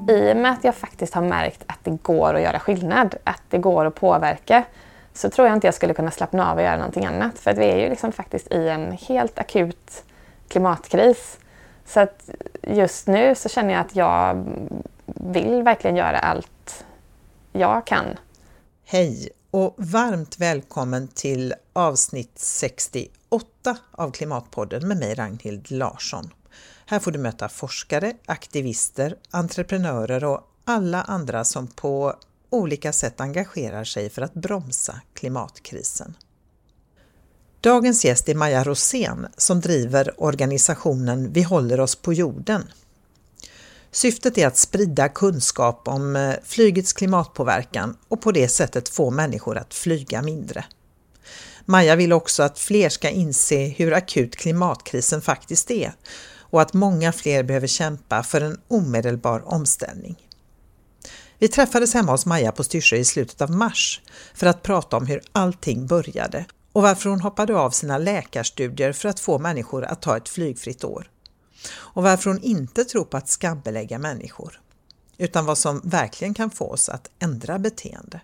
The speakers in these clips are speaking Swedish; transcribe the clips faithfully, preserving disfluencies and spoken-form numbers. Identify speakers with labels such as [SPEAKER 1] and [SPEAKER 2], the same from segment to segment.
[SPEAKER 1] i och med att jag faktiskt har märkt att det går att göra skillnad, att det går att påverka, så tror jag inte jag skulle kunna slappna av och göra någonting annat. För att vi är ju liksom faktiskt i en helt akut klimatkris. Så att just nu så känner jag att jag vill verkligen göra allt jag kan.
[SPEAKER 2] Hej och varmt välkommen till avsnitt sextioåtta av Klimatpodden med mig Ragnhild Larsson. Här får du möta forskare, aktivister, entreprenörer och alla andra som på olika sätt engagerar sig för att bromsa klimatkrisen. Dagens gäst är Maja Rosén som driver organisationen Vi håller oss på jorden. Syftet är att sprida kunskap om flygets klimatpåverkan och på det sättet få människor att flyga mindre. Maja vill också att fler ska inse hur akut klimatkrisen faktiskt är och att många fler behöver kämpa för en omedelbar omställning. Vi träffades hemma hos Maja på Styrsö i slutet av mars för att prata om hur allting började och varför hon hoppade av sina läkarstudier för att få människor att ta ett flygfritt år. Och varför hon inte tror på att skambelägga människor, utan vad som verkligen kan få oss att ändra beteende.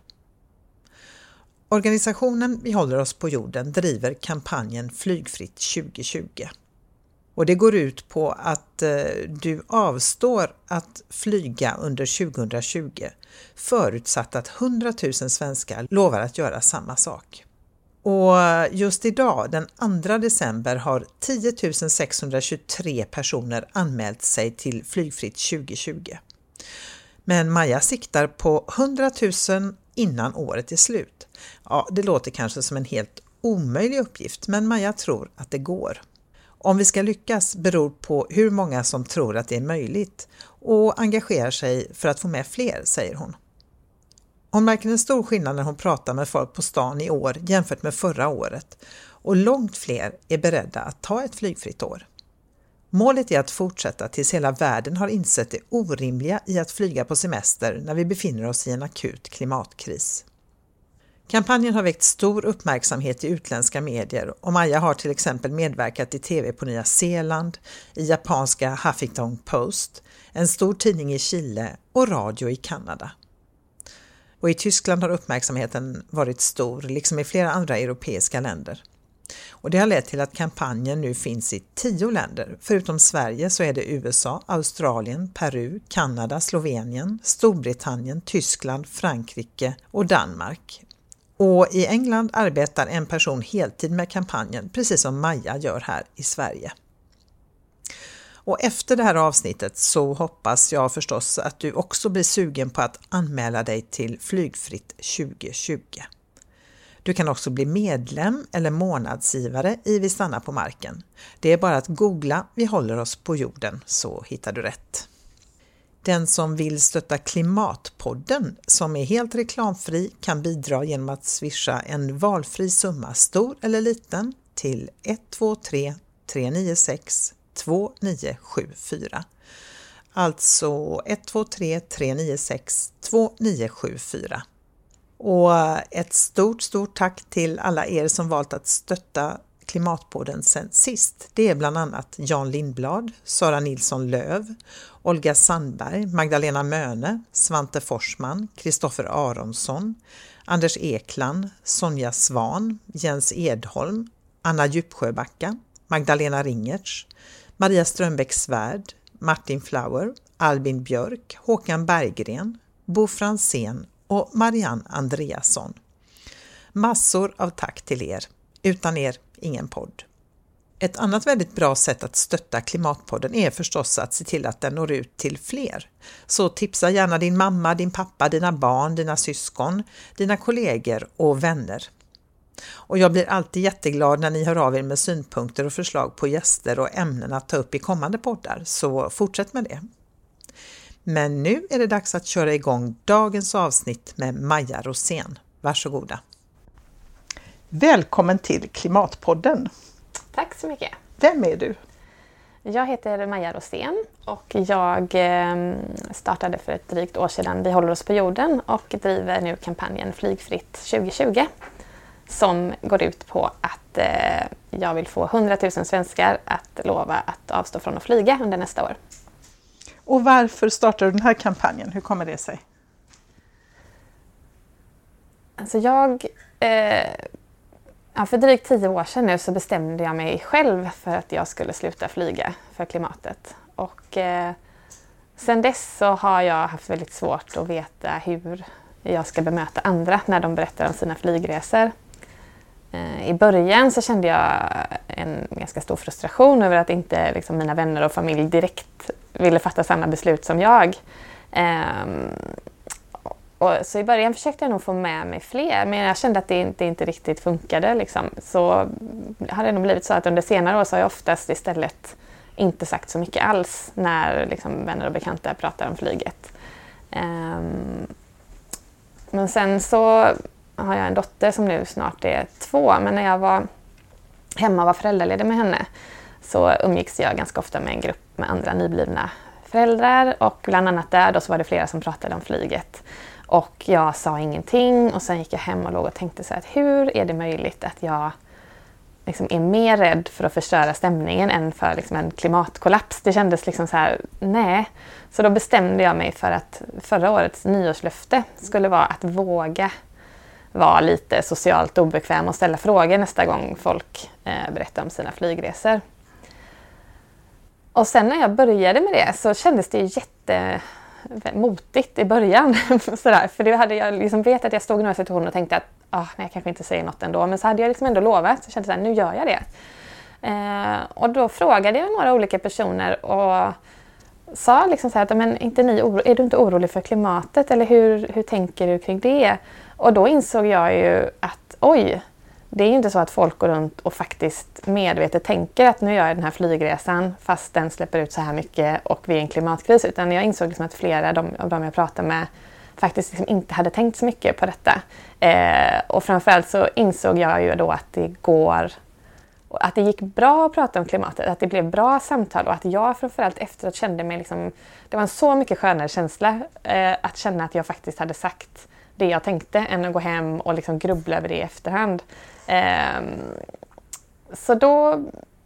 [SPEAKER 2] Organisationen Vi håller oss på jorden driver kampanjen Flygfritt tjugo tjugo. Och det går ut på att eh, du avstår att flyga under tjugo tjugo förutsatt att hundratusen svenskar lovar att göra samma sak. Och just idag, den andra december, har tio tusen sexhundratjugotre personer anmält sig till Flygfritt tjugo tjugo. Men Maja siktar på hundratusen innan året är slut. Ja, det låter kanske som en helt omöjlig uppgift, men Maja tror att det går. Om vi ska lyckas beror på hur många som tror att det är möjligt och engagerar sig för att få med fler, säger hon. Hon märker en stor skillnad när hon pratar med folk på stan i år jämfört med förra året, och långt fler är beredda att ta ett flygfritt år. Målet är att fortsätta tills hela världen har insett det orimliga i att flyga på semester när vi befinner oss i en akut klimatkris. Kampanjen har väckt stor uppmärksamhet i utländska medier och Maja har till exempel medverkat i tv på Nya Zeeland, i japanska Huffington Post, en stor tidning i Chile och radio i Kanada. Och i Tyskland har uppmärksamheten varit stor, liksom i flera andra europeiska länder. Och det har lett till att kampanjen nu finns i tio länder. Förutom Sverige så är det U S A, Australien, Peru, Kanada, Slovenien, Storbritannien, Tyskland, Frankrike och Danmark. Och i England arbetar en person heltid med kampanjen, precis som Maja gör här i Sverige. Och efter det här avsnittet så hoppas jag förstås att du också blir sugen på att anmäla dig till Flygfritt tjugo tjugo. Du kan också bli medlem eller månadsgivare i Vi stannar på marken. Det är bara att googla Vi håller oss på jorden så hittar du rätt. Den som vill stötta Klimatpodden, som är helt reklamfri, kan bidra genom att swisha en valfri summa, stor eller liten, till ett två tre tre nio sex två nio sju fyra. Alltså ett två tre tre nio sex två nio sju fyra. Och ett stort, stort tack till alla er som valt att stötta Klimatpodden sen sist. Det är bland annat Jan Lindblad, Sara Nilsson Löv, Olga Sandberg, Magdalena Möne, Svante Forsman, Kristoffer Aronsson, Anders Ekland, Sonja Svan, Jens Edholm, Anna Djupsjöbacka, Magdalena Ringertz, Maria Strömbäck Svärd, Martin Flower, Albin Björk, Håkan Berggren, Bo Fransén och Marianne Andreasson. Massor av tack till er. Utan er, ingen podd. Ett annat väldigt bra sätt att stötta Klimatpodden är förstås att se till att den når ut till fler. Så tipsa gärna din mamma, din pappa, dina barn, dina syskon, dina kollegor och vänner. Och jag blir alltid jätteglad när ni hör av er med synpunkter och förslag på gäster och ämnen att ta upp i kommande poddar, så fortsätt med det. Men nu är det dags att köra igång dagens avsnitt med Maja Rosén. Varsågoda. Välkommen till Klimatpodden.
[SPEAKER 1] Tack så mycket.
[SPEAKER 2] Vem är du?
[SPEAKER 1] Jag heter Maja Rosén och jag startade för ett drygt år sedan Vi håller oss på jorden och driver nu kampanjen Flygfritt tjugo tjugo som går ut på att jag vill få hundratusen svenskar att lova att avstå från att flyga under nästa år.
[SPEAKER 2] Och varför startar du den här kampanjen? Hur kommer det sig?
[SPEAKER 1] Alltså jag, eh, ja, för drygt tio år sedan nu så bestämde jag mig själv för att jag skulle sluta flyga för klimatet. Och eh, sen dess så har jag haft väldigt svårt att veta hur jag ska bemöta andra när de berättar om sina flygresor. Eh, I början så kände jag en ganska stor frustration över att inte liksom, mina vänner och familj direkt ville fatta samma beslut som jag. Eh, Och så i början försökte jag nog få med mig fler, men jag kände att det inte, inte riktigt funkade. Liksom. Så har det nog blivit så att under senare år så har jag oftast istället inte sagt så mycket alls när liksom, vänner och bekanta pratar om flyget. Um, men sen så har jag en dotter som nu snart är två, men när jag var hemma och var föräldraledig med henne så umgicks jag ganska ofta med en grupp med andra nyblivna föräldrar, och bland annat där då så var det flera som pratade om flyget. Och jag sa ingenting, och sen gick jag hem och låg och tänkte så här, att hur är det möjligt att jag liksom är mer rädd för att förstöra stämningen än för liksom en klimatkollaps? Det kändes liksom så här, nej. Så då bestämde jag mig för att förra årets nyårslöfte skulle vara att våga vara lite socialt obekväm och ställa frågor nästa gång folk eh, berättar om sina flygresor. Och sen när jag började med det så kändes det jätte... motigt i början. Sådär. För det hade jag liksom vet att jag stod i några situationer och tänkte att ah, nej, jag kanske inte säger något ändå. Men så hade jag liksom ändå lovat. Så jag kände så här, nu gör jag det. Eh, och då frågade jag några olika personer och sa liksom så här, att, men, inte ni oro- är du inte orolig för klimatet? Eller hur, hur tänker du kring det? Och då insåg jag ju att oj, det är ju inte så att folk går runt och faktiskt medvetet tänker att nu gör jag den här flygresan fast den släpper ut så här mycket och vi är i en klimatkris. Utan jag insåg liksom att flera de, av dem jag pratade med faktiskt liksom inte hade tänkt så mycket på detta. Eh, och framförallt så insåg jag ju då att det går, att det gick bra att prata om klimatet, att det blev bra samtal, och att jag framförallt efteråt kände mig liksom, det var en så mycket skönare känsla eh, att känna att jag faktiskt hade sagt det jag tänkte än att gå hem och liksom grubbla över det i efterhand. Um, så då,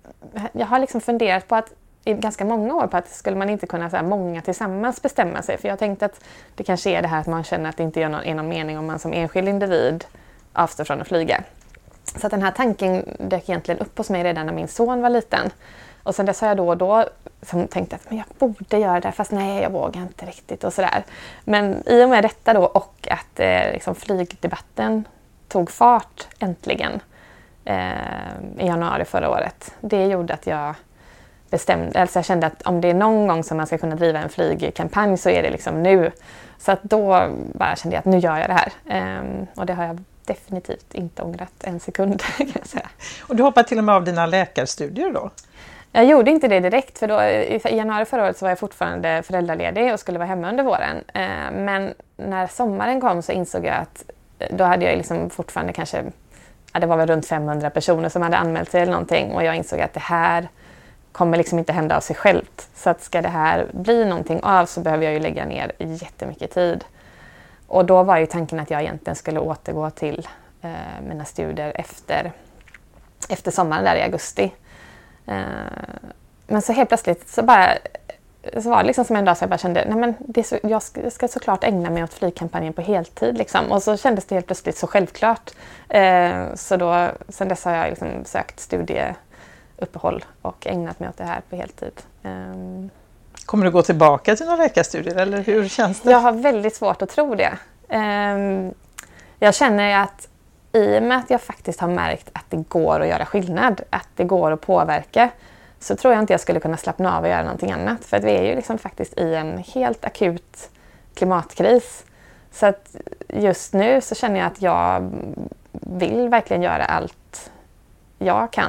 [SPEAKER 1] jag har liksom funderat på att i ganska många år på att skulle man inte kunna så här, många tillsammans bestämma sig. För jag tänkte att det kanske är det här att man känner att det inte är någon, är någon mening om man som enskild individ avstår från att flyga. Så att den här tanken dök egentligen upp hos mig redan när min son var liten. Och sen dess har jag då och då som tänkte att men jag borde göra det, fast nej, jag vågar inte riktigt och sådär. Men i och med detta då och att eh, liksom flygdebatten tog fart äntligen eh, i januari förra året. Det gjorde att jag bestämde, alltså jag kände att om det är någon gång som man ska kunna driva en flygkampanj så är det liksom nu. Så att då bara kände jag att nu gör jag det här. Eh, och det har jag definitivt inte ångrat en sekund kan jag säga.
[SPEAKER 2] Och du hoppade till och med av dina läkarstudier då?
[SPEAKER 1] Jag gjorde inte det direkt, för då, i januari förra året så var jag fortfarande föräldraledig och skulle vara hemma under våren. Eh, men när sommaren kom så insåg jag att då hade jag liksom fortfarande kanske, ja, det var väl runt femhundra personer som hade anmält sig eller någonting, och jag insåg att det här kommer liksom inte hända av sig självt. Så att ska det här bli någonting av så behöver jag ju lägga ner jättemycket tid. Och då var ju tanken att jag egentligen skulle återgå till eh, mina studier efter, efter sommaren där i augusti. Eh, men så helt plötsligt så bara så var det liksom som en dag så jag bara kände nej men det är så, jag, ska, jag ska såklart ägna mig åt flygkampanjen på heltid. Liksom. Och så kändes det helt plötsligt så självklart. Eh, så då, sen dess har jag liksom sökt studieuppehåll och ägnat mig åt det här på heltid. Eh,
[SPEAKER 2] Kommer du gå tillbaka till några läkarstudier eller hur känns det?
[SPEAKER 1] Jag har väldigt svårt att tro det. Eh, jag känner att i och med att jag faktiskt har märkt att det går att göra skillnad, att det går att påverka, så tror jag inte jag skulle kunna slappna av och göra någonting annat. För att vi är ju liksom faktiskt i en helt akut klimatkris. Så att just nu så känner jag att jag vill verkligen göra allt jag kan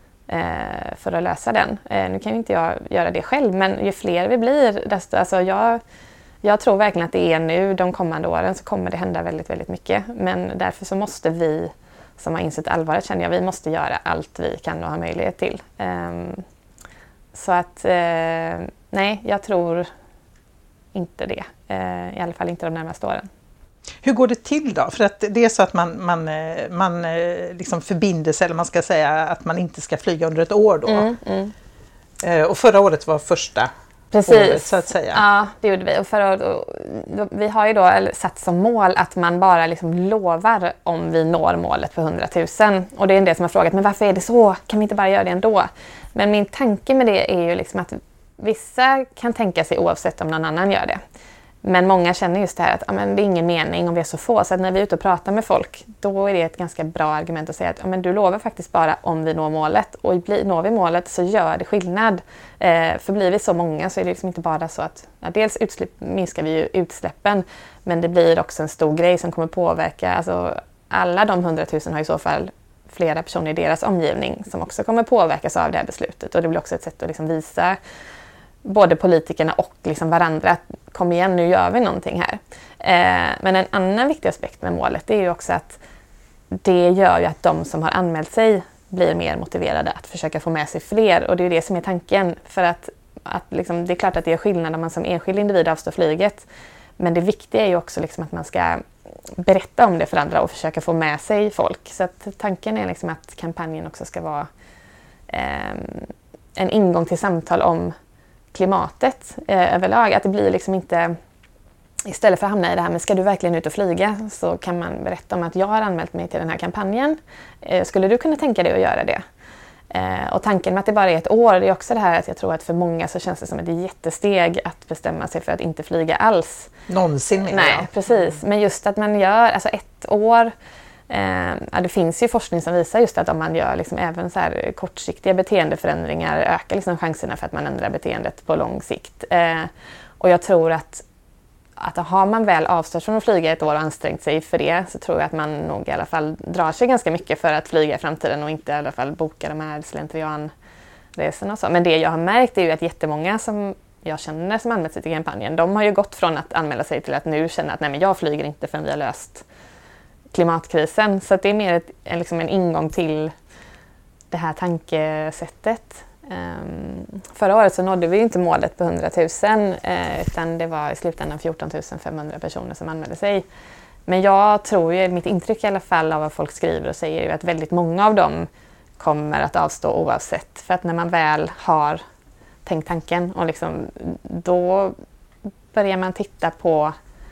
[SPEAKER 1] eh, för att lösa den. Eh, nu kan ju inte jag göra det själv, men ju fler vi blir, desto, alltså jag, jag tror verkligen att det är nu, de kommande åren, så kommer det hända väldigt, väldigt mycket. Men därför så måste vi som har insett allvaret, känner jag, vi måste göra allt vi kan och ha möjlighet till. Um, så att, uh, nej, jag tror inte det. Uh, I alla fall inte de närmaste åren.
[SPEAKER 2] Hur går det till då? För att det är så att man, man, man liksom förbinder sig, eller man ska säga att man inte ska flyga under ett år då. Mm, mm. Uh, och förra året var första
[SPEAKER 1] Precis.
[SPEAKER 2] året så att säga.
[SPEAKER 1] Ja, det gjorde vi. Och för att, och, då, vi har ju då satt som mål att man bara liksom lovar om vi når målet på hundratusen. Och det är en del som har frågat, men varför är det så? Kan vi inte bara göra det ändå? Men min tanke med det är ju liksom att vissa kan tänka sig oavsett om någon annan gör det. Men många känner just det här att ja, men det är ingen mening om vi är så få. Så att när vi är ute och pratar med folk, då är det ett ganska bra argument att säga att ja, men du lovar faktiskt bara om vi når målet. Och bli, når vi målet så gör det skillnad. Eh, för blir vi så många så är det liksom inte bara så att ja, dels utsläpp, minskar vi ju utsläppen, men det blir också en stor grej som kommer påverka. Alltså, alla de hundratusen har i så fall flera personer i deras omgivning som också kommer påverkas av det här beslutet. Och det blir också ett sätt att liksom visa både politikerna och liksom varandra att kom igen, nu gör vi någonting här. Eh, men en annan viktig aspekt med målet är ju också att det gör ju att de som har anmält sig blir mer motiverade att försöka få med sig fler. Och det är det som är tanken. För att, att liksom, det är klart att det är skillnad om man som enskild individ avstår flyget. Men det viktiga är ju också liksom att man ska berätta om det för andra och försöka få med sig folk. Så att tanken är liksom att kampanjen också ska vara eh, en ingång till samtal om klimatet eh, överlag. Att det blir liksom inte, istället för att hamna i det här med ska du verkligen ut och flyga, så kan man berätta om att jag har anmält mig till den här kampanjen. Eh, skulle du kunna tänka dig att göra det? Eh, och tanken med att det bara är ett år, det är också det här att jag tror att för många så känns det som ett jättesteg att bestämma sig för att inte flyga alls.
[SPEAKER 2] Någonsin mer.
[SPEAKER 1] Nej, precis. Men just att man gör, alltså ett år. Eh, ja, det finns ju forskning som visar just att om man gör liksom även så här kortsiktiga beteendeförändringar ökar liksom chanserna för att man ändrar beteendet på lång sikt. Eh, och jag tror att, att har man väl avstått från att flyga ett år och ansträngt sig för det, så tror jag att man nog i alla fall drar sig ganska mycket för att flyga i framtiden och inte i alla fall boka de här slentrianresorna och så. Men det jag har märkt är ju att jättemånga som jag känner som anmält sig till kampanjen, de har ju gått från att anmäla sig till att nu känna att nej, men jag flyger inte förrän vi har löst klimatkrisen. Så att det är mer ett, en, liksom en ingång till det här tankesättet. Um, förra året så nådde vi inte målet på hundratusen uh, utan det var i slutändan fjorton tusen femhundra personer som anmälde sig. Men jag tror ju, mitt intryck i alla fall av vad folk skriver och säger, är att väldigt många av dem kommer att avstå oavsett. För att när man väl har tänkt tanken, och liksom, då börjar man titta på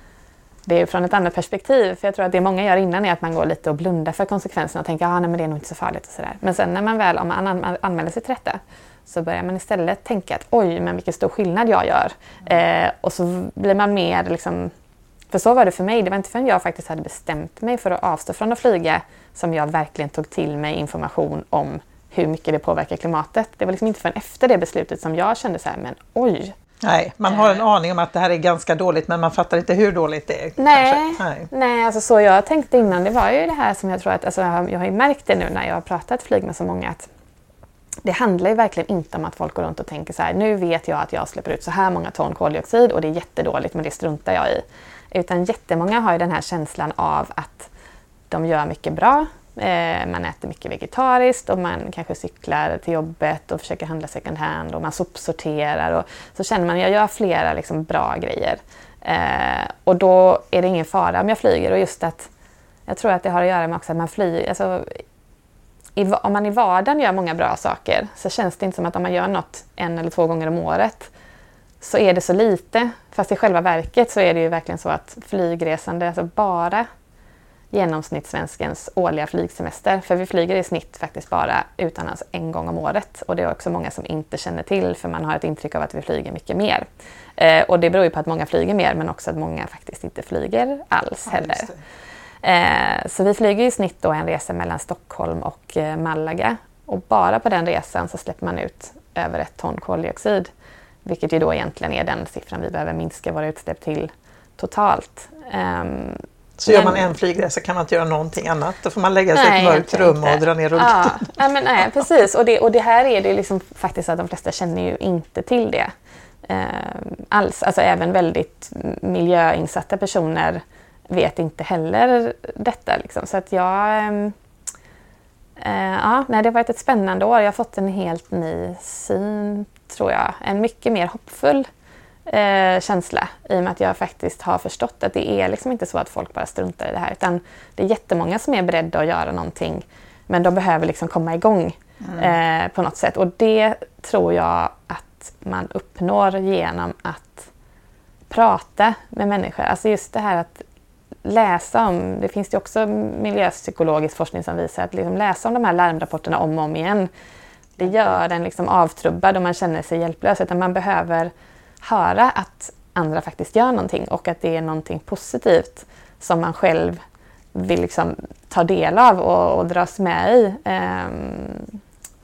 [SPEAKER 1] det är från ett annat perspektiv. För jag tror att det många gör innan är att man går lite och blundar för konsekvenserna och tänker att ah, nej, men det är nog inte så farligt och sådär. Men sen när man väl om man anmäler sig till detta, så börjar man istället tänka att oj, men vilken stor skillnad jag gör. Mm. Eh, och så blir man mer liksom, för så var det för mig. Det var inte förrän jag faktiskt hade bestämt mig för att avstå från att flyga som jag verkligen tog till mig information om hur mycket det påverkar klimatet. Det var liksom inte förrän efter det beslutet som jag kände så här, men oj.
[SPEAKER 2] Nej, man har en aning om att det här är ganska dåligt, men man fattar inte hur dåligt det är.
[SPEAKER 1] Nej, nej. nej alltså så jag tänkte innan, det var ju det här som jag tror att, alltså jag har, jag har ju märkt det nu när jag har pratat flyg med så många, att det handlar ju verkligen inte om att folk går runt och tänker så här, nu vet jag att jag släpper ut så här många ton koldioxid och det är jättedåligt, men det struntar jag i. Utan jättemånga har ju den här känslan av att de gör mycket bra. Eh, man äter mycket vegetariskt och man kanske cyklar till jobbet och försöker handla second hand och man sopsorterar. Och så känner man att jag gör flera liksom bra grejer. Eh, och då är det ingen fara om jag flyger. Och just att jag tror att det har att göra med också att man flyger. Alltså, i, om man i vardagen gör många bra saker, så känns det inte som att om man gör något en eller två gånger om året så är det så lite. Fast i själva verket så är det ju verkligen så att flygresande, alltså bara genomsnittssvenskens årliga flygsemester. För vi flyger i snitt faktiskt bara utomlands en gång om året. Och det är också många som inte känner till, för man har ett intryck av att vi flyger mycket mer. Eh, och det beror ju på att många flyger mer, men också att många faktiskt inte flyger alls heller. Ja, eh, så vi flyger i snitt då en resa mellan Stockholm och eh, Malaga. Och bara på den resan så släpper man ut över ett ton koldioxid. Vilket ju då egentligen är den siffran vi behöver minska våra utsläpp till totalt. Um,
[SPEAKER 2] Så gör man en flygresa kan man inte göra någonting annat. Då får man lägga sig i ett mörkt rum och dra ner rullstolen.
[SPEAKER 1] Ja, nej, men nej, precis. Och det, och det här är det liksom faktiskt att de flesta känner ju inte till det eh, alls. Alltså även väldigt miljöinsatta personer vet inte heller detta. Liksom. Så att jag... Eh, ja, nej, det har varit ett spännande år. Jag har fått en helt ny syn, tror jag. En mycket mer hoppfull Eh, känsla, i och med att jag faktiskt har förstått att det är liksom inte så att folk bara struntar i det här, utan det är jättemånga som är beredda att göra någonting, men de behöver liksom komma igång mm. eh, på något sätt, och det tror jag att att man uppnår genom att prata med människor. Alltså just det här att läsa om, det finns ju också miljöpsykologisk forskning som visar att liksom läsa om de här larmrapporterna om och om igen, det gör en liksom avtrubbad och man känner sig hjälplös. Utan man behöver höra att andra faktiskt gör någonting och att det är någonting positivt som man själv vill liksom ta del av och, och dras med i. Um,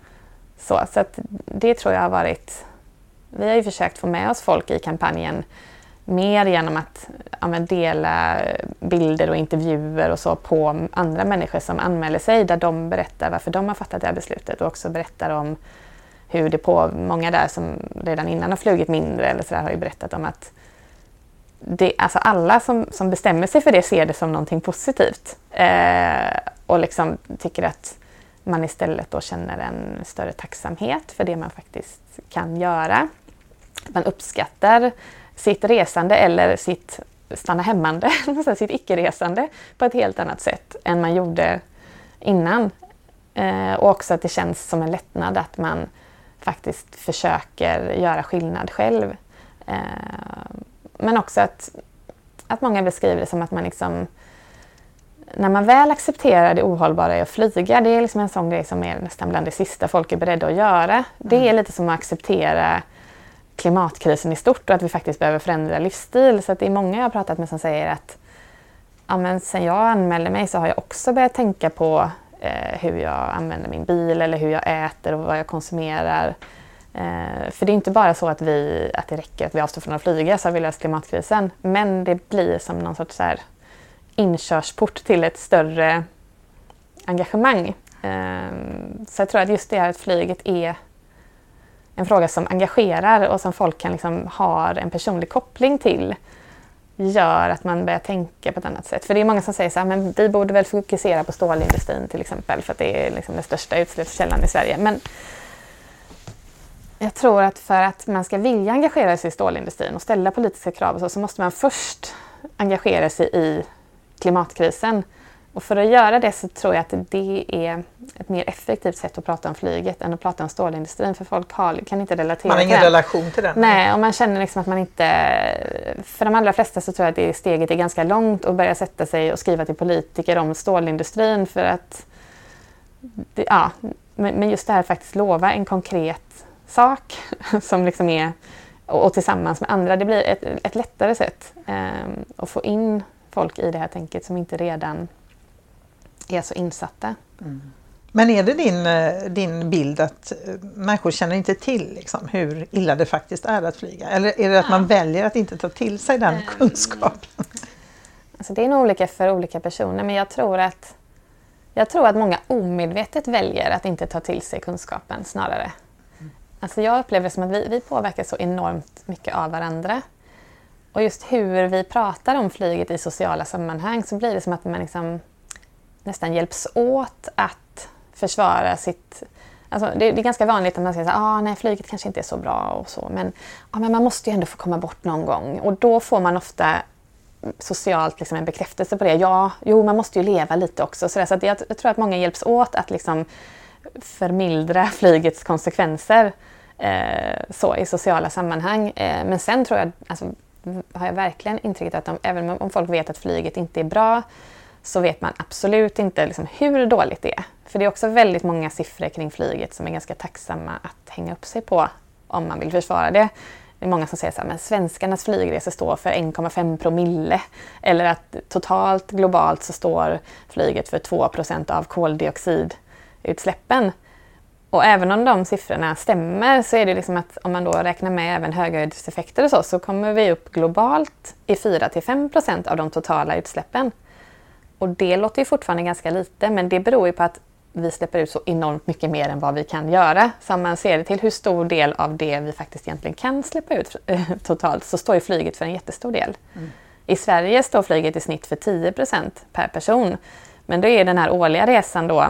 [SPEAKER 1] så så att det tror jag har varit... Vi har ju försökt få med oss folk i kampanjen mer genom att ja, dela bilder och intervjuer och så på andra människor som anmäler sig, där de berättar varför de har fattat det här beslutet och också berättar om hur det på många där som redan innan har flugit mindre eller så där, har ju berättat om att det, alltså alla som, som bestämmer sig för det ser det som någonting positivt eh, och liksom tycker att man istället då känner en större tacksamhet för det man faktiskt kan göra. Man uppskattar sitt resande eller sitt stanna hemmande, sitt icke-resande på ett helt annat sätt än man gjorde innan. Eh, och också att det känns som en lättnad att man faktiskt försöker göra skillnad själv. Eh, men också att, att många beskriver det som att man liksom, när man väl accepterar det ohållbara i att flyga, det är liksom en sån grej som är nästan bland det sista folk är beredda att göra. Det är lite som att acceptera klimatkrisen i stort och att vi faktiskt behöver förändra livsstil. Så att det är många jag har pratat med som säger att ja, men sen jag anmälde mig så har jag också börjat tänka på eh, hur jag använder min bil eller hur jag äter och vad jag konsumerar. Eh, för det är inte bara så att, vi, att det räcker att vi avstår från att flyga så har vi löst klimatkrisen. Men det blir som någon sorts så här inkörsport till ett större engagemang. Eh, så jag tror att just det här att flyget är en fråga som engagerar och som folk kan liksom ha en personlig koppling till, gör att man börjar tänka på ett annat sätt. För det är många som säger så här, men vi borde väl fokusera på stålindustrin till exempel, för att det är liksom den största utsläppskällan i Sverige. Men jag tror att för att man ska vilja engagera sig i stålindustrin och ställa politiska krav och så, så måste man först engagera sig i klimatkrisen. Och för att göra det så tror jag att det är ett mer effektivt sätt att prata om flyget än att prata om stålindustrin. För folk har, kan inte relatera
[SPEAKER 2] Man har ingen relation till den.
[SPEAKER 1] Nej, och man känner liksom att man inte... För de allra flesta så tror jag att det steget är ganska långt att börja sätta sig och skriva till politiker om stålindustrin. För att... Det, ja, men just det här faktiskt lova en konkret sak som liksom är... Och, och tillsammans med andra, det blir ett, ett lättare sätt um, att få in folk i det här tänket som inte redan är så insatta.
[SPEAKER 2] Mm. Men är det din, din bild att människor känner inte till liksom, hur illa det faktiskt är att flyga? Eller är det att man väljer att inte ta till sig den mm. kunskapen?
[SPEAKER 1] Alltså det är nog olika för olika personer, men jag tror att jag tror att många omedvetet väljer att inte ta till sig kunskapen snarare. Mm. Alltså jag upplever det som att vi, vi påverkar så enormt mycket av varandra. Och just hur vi pratar om flyget i sociala sammanhang så blir det som att man liksom nästan hjälps åt att försvara sitt... Alltså det, det är ganska vanligt att man säger att ah, nej, flyget kanske inte är så bra och så, men, ah, men man måste ju ändå få komma bort någon gång. Och då får man ofta socialt liksom en bekräftelse på det. Ja, jo, man måste ju leva lite också. Så, så att jag, jag tror att många hjälps åt att liksom förmildra flygets konsekvenser eh, så, i sociala sammanhang. Eh, men sen tror jag... Alltså, har jag verkligen intrycket att de, även om folk vet att flyget inte är bra, så vet man absolut inte liksom hur dåligt det är. För det är också väldigt många siffror kring flyget som är ganska tacksamma att hänga upp sig på om man vill försvara det. Det är många som säger så här, men svenskarnas flygresor står för en komma fem promille. Eller att totalt globalt så står flyget för två procent av koldioxidutsläppen. Och även om de siffrorna stämmer så är det liksom att om man då räknar med även höghöjdseffekter och så, så kommer vi upp globalt i fyra till fem procent av de totala utsläppen. Och det låter ju fortfarande ganska lite, men det beror ju på att vi släpper ut så enormt mycket mer än vad vi kan göra. Så om man ser det till hur stor del av det vi faktiskt egentligen kan släppa ut totalt, så står ju flyget för en jättestor del. Mm. I Sverige står flyget i snitt för tio procent per person. Men då är den här årliga resan då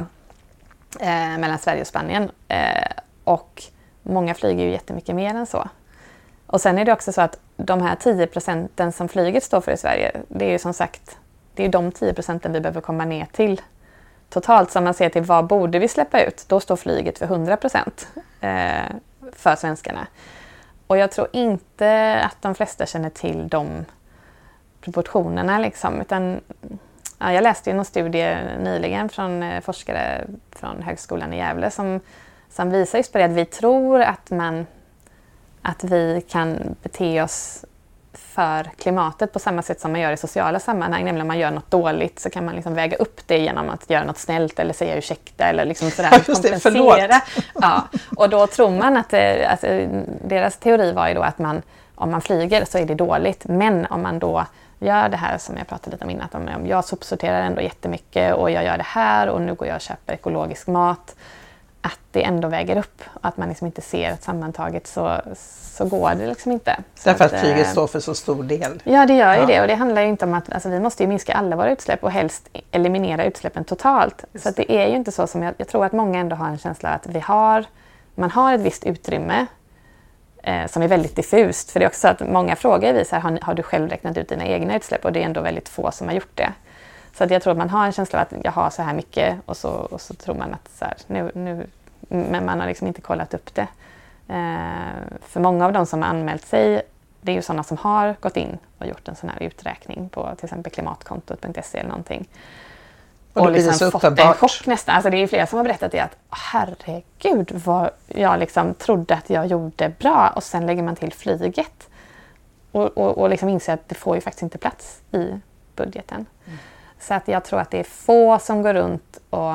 [SPEAKER 1] Eh, mellan Sverige och Spanien. Eh, och många flyger ju jättemycket mer än så. Och sen är det också så att de här tio procenten som flyget står för i Sverige, det är ju som sagt, det är de tio procenten vi behöver komma ner till totalt. Så om man ser till vad borde vi släppa ut, då står flyget för hundra procent eh, för svenskarna. Och jag tror inte att de flesta känner till de proportionerna. Liksom, utan, ja, jag läste ju någon studie nyligen från forskare från Högskolan i Gävle som, som visar just på det att vi tror att, man, att vi kan bete oss för klimatet på samma sätt som man gör i sociala sammanhang. Nämligen om man gör något dåligt så kan man liksom väga upp det genom att göra något snällt eller säga ursäkta eller liksom sådär
[SPEAKER 2] ja, just det,
[SPEAKER 1] kompensera. Ja, och då tror man att, det, att deras teori var ju då att man, om man flyger så är det dåligt. Men om man då gör det här som jag pratade lite om innan, att om jag sopsorterar ändå jättemycket och jag gör det här och nu går jag och köper ekologisk mat, att det ändå väger upp. Att man liksom inte ser att sammantaget så, så går det liksom inte. Så
[SPEAKER 2] Därför att,
[SPEAKER 1] att
[SPEAKER 2] flyget står för så stor del.
[SPEAKER 1] Ja, det gör ju
[SPEAKER 2] ja.
[SPEAKER 1] det. Och det handlar ju inte om att alltså, vi måste ju minska alla våra utsläpp och helst eliminera utsläppen totalt. Just. Så att det är ju inte så som jag, jag tror att många ändå har en känsla att vi har, man har ett visst utrymme eh, som är väldigt diffust. För det är också så att många frågar vi så här, har, har du själv räknat ut dina egna utsläpp? Och det är ändå väldigt få som har gjort det. Så att jag tror att man har en känsla av att jag har så här mycket och så, och så tror man att så här, nu, nu, men man har liksom inte kollat upp det. Eh, för många av de som har anmält sig, det är ju sådana som har gått in och gjort en sån här uträkning på till exempel klimatkontot punkt se eller någonting. Och, och liksom fått uppenbart. En chock nästan. Alltså det är ju flera som har berättat det att herregud vad jag liksom trodde att jag gjorde bra och sen lägger man till flyget. Och, och, och liksom inser att det får ju faktiskt inte plats i budgeten. Mm. Så att jag tror att det är få som går runt och...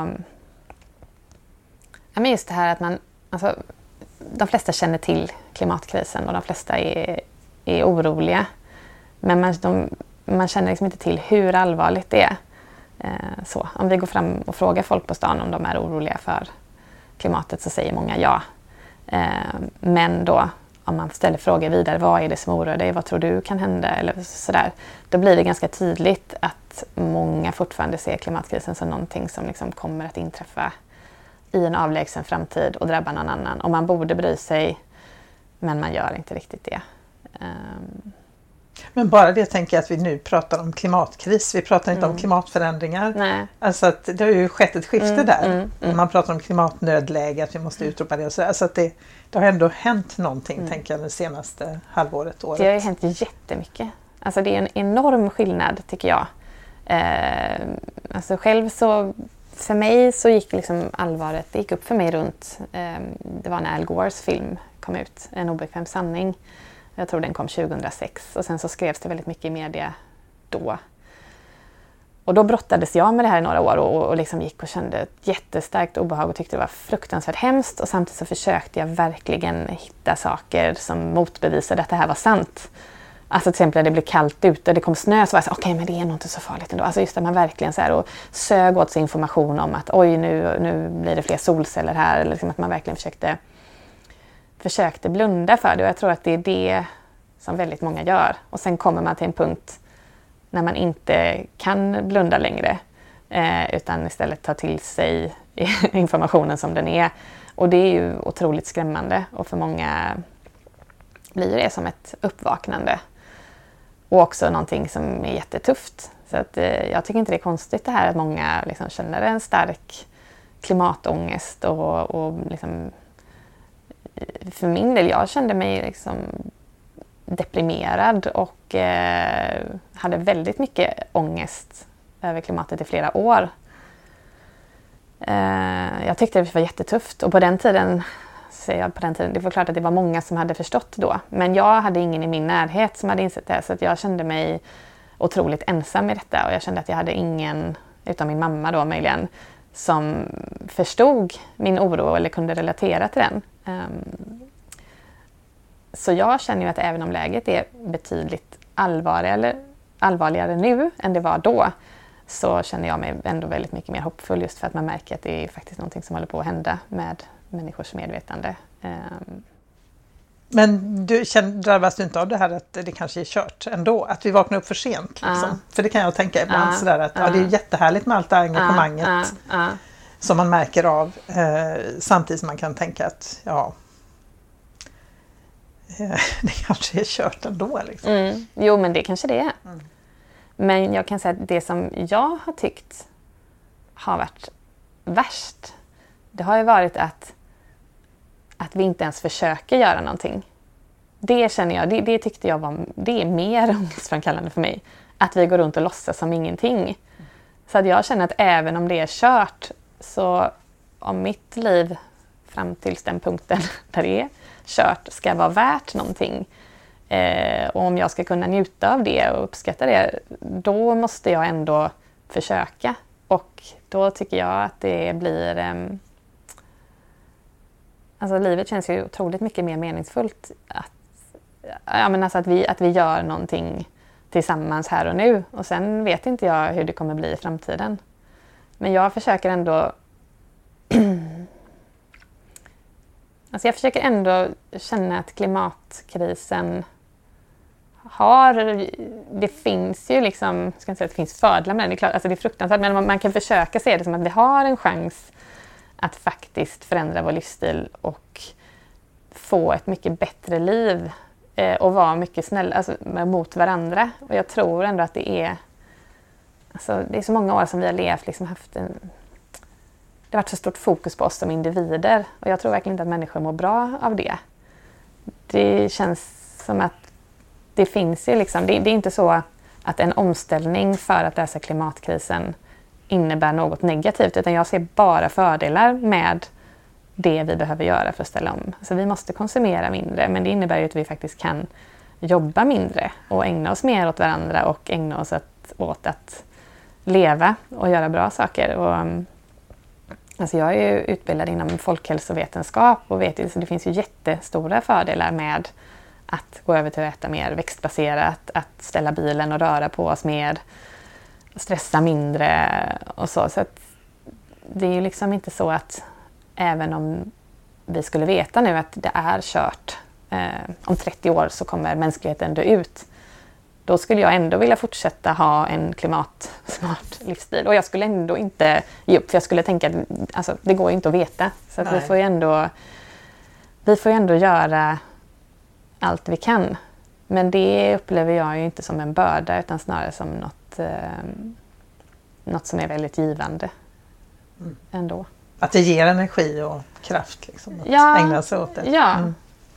[SPEAKER 1] Ja, men just det här att man... Alltså, de flesta känner till klimatkrisen och de flesta är, är oroliga. Men man, de, man känner liksom inte till hur allvarligt det är. Eh, så. Om vi går fram och frågar folk på stan om de är oroliga för klimatet så säger många ja. Eh, men då om man ställer frågor vidare, vad är det som oroar dig? Vad tror du kan hända? Eller sådär, då blir det ganska tydligt att många fortfarande ser klimatkrisen som någonting som liksom kommer att inträffa i en avlägsen framtid och drabba någon annan. Och man borde bry sig, men man gör inte riktigt det. Um...
[SPEAKER 2] Men bara det tänker jag att vi nu pratar om klimatkris. Vi pratar inte
[SPEAKER 1] mm.
[SPEAKER 2] om klimatförändringar.
[SPEAKER 1] Nej.
[SPEAKER 2] Alltså att det har ju skett ett skifte
[SPEAKER 1] mm,
[SPEAKER 2] där.
[SPEAKER 1] Mm, mm.
[SPEAKER 2] Man pratar om klimatnödläge, att vi måste utropa det. Och så. Alltså att det, det har ändå hänt någonting,
[SPEAKER 1] mm.
[SPEAKER 2] tänker jag, det senaste halvåret, året.
[SPEAKER 1] Det har ju hänt jättemycket. Alltså det är en enorm skillnad, tycker jag. Eh, alltså själv så... För mig så gick liksom allvaret, det gick upp för mig runt, eh, det var när Al Gores film kom ut, En obekväm sanning. Jag tror den kom tjugohundrasex och sen så skrevs det väldigt mycket i media då. Och då brottades jag med det här i några år och, och liksom gick och kände ett jättestarkt obehag och tyckte det var fruktansvärt hemskt. Och samtidigt så försökte jag verkligen hitta saker som motbevisade att det här var sant. Alltså till exempel när det blev kallt ute och det kom snö så var jag så okej okay, men det är nog inte så farligt ändå. Alltså just där man verkligen så här och sög åt sig information om att oj nu, nu blir det fler solceller här. Eller liksom att man verkligen försökte, försökte blunda för det. Och jag tror att det är det som väldigt många gör. Och sen kommer man till en punkt när man inte kan blunda längre. Eh, utan istället tar till sig informationen som den är. Och det är ju otroligt skrämmande. Och för många blir det som ett uppvaknande. Och också någonting som är jättetufft. Så att, eh, jag tycker inte det är konstigt det här att många liksom känner en stark klimatångest. Och, och liksom, för min del, jag kände mig liksom deprimerad och eh, hade väldigt mycket ångest över klimatet i flera år. Eh, jag tyckte det var jättetufft och på den tiden, så jag på den tiden, det var klart att det var många som hade förstått då. Men jag hade ingen i min närhet som hade insett det så att jag kände mig otroligt ensam i detta och jag kände att jag hade ingen, utom min mamma då möjligen, som förstod min oro eller kunde relatera till den. Um, Så jag känner ju att även om läget är betydligt allvarligare, allvarligare nu än det var då så känner jag mig ändå väldigt mycket mer hoppfull just för att man märker att det är faktiskt någonting som håller på att hända med människors medvetande.
[SPEAKER 2] Men du känner, drabbas du inte av det här att det kanske är kört ändå? Att vi vaknar upp för sent? Liksom?
[SPEAKER 1] Uh.
[SPEAKER 2] För det kan jag tänka ibland
[SPEAKER 1] Uh.
[SPEAKER 2] sådär att
[SPEAKER 1] Uh.
[SPEAKER 2] ja, det är jättehärligt med allt det här engagemanget
[SPEAKER 1] uh. Uh. Uh.
[SPEAKER 2] som man märker av eh, samtidigt som man kan tänka att ja, det kanske är kört ändå. Liksom.
[SPEAKER 1] Mm. Jo, men det kanske det är.
[SPEAKER 2] Mm.
[SPEAKER 1] Men jag kan säga att det som jag har tyckt har varit värst, det har ju varit att, att vi inte ens försöker göra någonting. det känner jag, det, det tyckte jag var, det är mer ångestframkallande för mig. Att vi går runt och låtsas som ingenting. Så att jag känner att även om det är kört, så om mitt liv fram till den punkten där det är kört ska vara värt någonting, eh, och om jag ska kunna njuta av det och uppskatta det, då måste jag ändå försöka. Och då tycker jag att det blir... Eh, alltså livet känns ju otroligt mycket mer meningsfullt. Att, ja, men alltså att, vi, att vi gör någonting tillsammans här och nu. Och sen vet inte jag hur det kommer bli i framtiden. Men jag försöker ändå... alltså jag försöker ändå känna att klimatkrisen har... Det finns ju liksom... Jag ska inte säga att det finns fördelar med den. Det är klart, alltså det är fruktansvärt. Men man, man kan försöka se det som att vi har en chans att faktiskt förändra vår livsstil och få ett mycket bättre liv. Och vara mycket snälla alltså, mot varandra. Och jag tror ändå att det är... Alltså, det är så många år som vi har levt, liksom haft en... Det har varit så stort fokus på oss som individer. Och jag tror verkligen inte att människor mår bra av det. Det känns som att det finns ju liksom... Det, det är inte så att en omställning för att lösa klimatkrisen innebär något negativt. Utan jag ser bara fördelar med det vi behöver göra för att ställa om. Så vi måste konsumera mindre, men det innebär ju att vi faktiskt kan jobba mindre och ägna oss mer åt varandra och ägna oss att, åt att leva och göra bra saker. Och, alltså jag är ju utbildad inom folkhälsovetenskap och vet att det finns ju jättestora fördelar med att gå över till att äta mer växtbaserat, att ställa bilen och röra på oss mer, stressa mindre och så. Så att det är ju liksom inte så att även om vi skulle veta nu att det är kört, eh, om trettio år så kommer mänskligheten dö ut. Då skulle jag ändå vilja fortsätta ha en klimatsmart livsstil. Och jag skulle ändå inte ge upp, för jag skulle tänka att alltså, det går ju inte att veta. Så att vi får ju ändå, vi får ju ändå göra allt vi kan. Men det upplever jag ju inte som en börda, utan snarare som något, eh, något som är väldigt givande mm. ändå.
[SPEAKER 2] Att det ger energi och kraft liksom, att
[SPEAKER 1] ja,
[SPEAKER 2] ägna sig åt det.
[SPEAKER 1] Ja,
[SPEAKER 2] mm.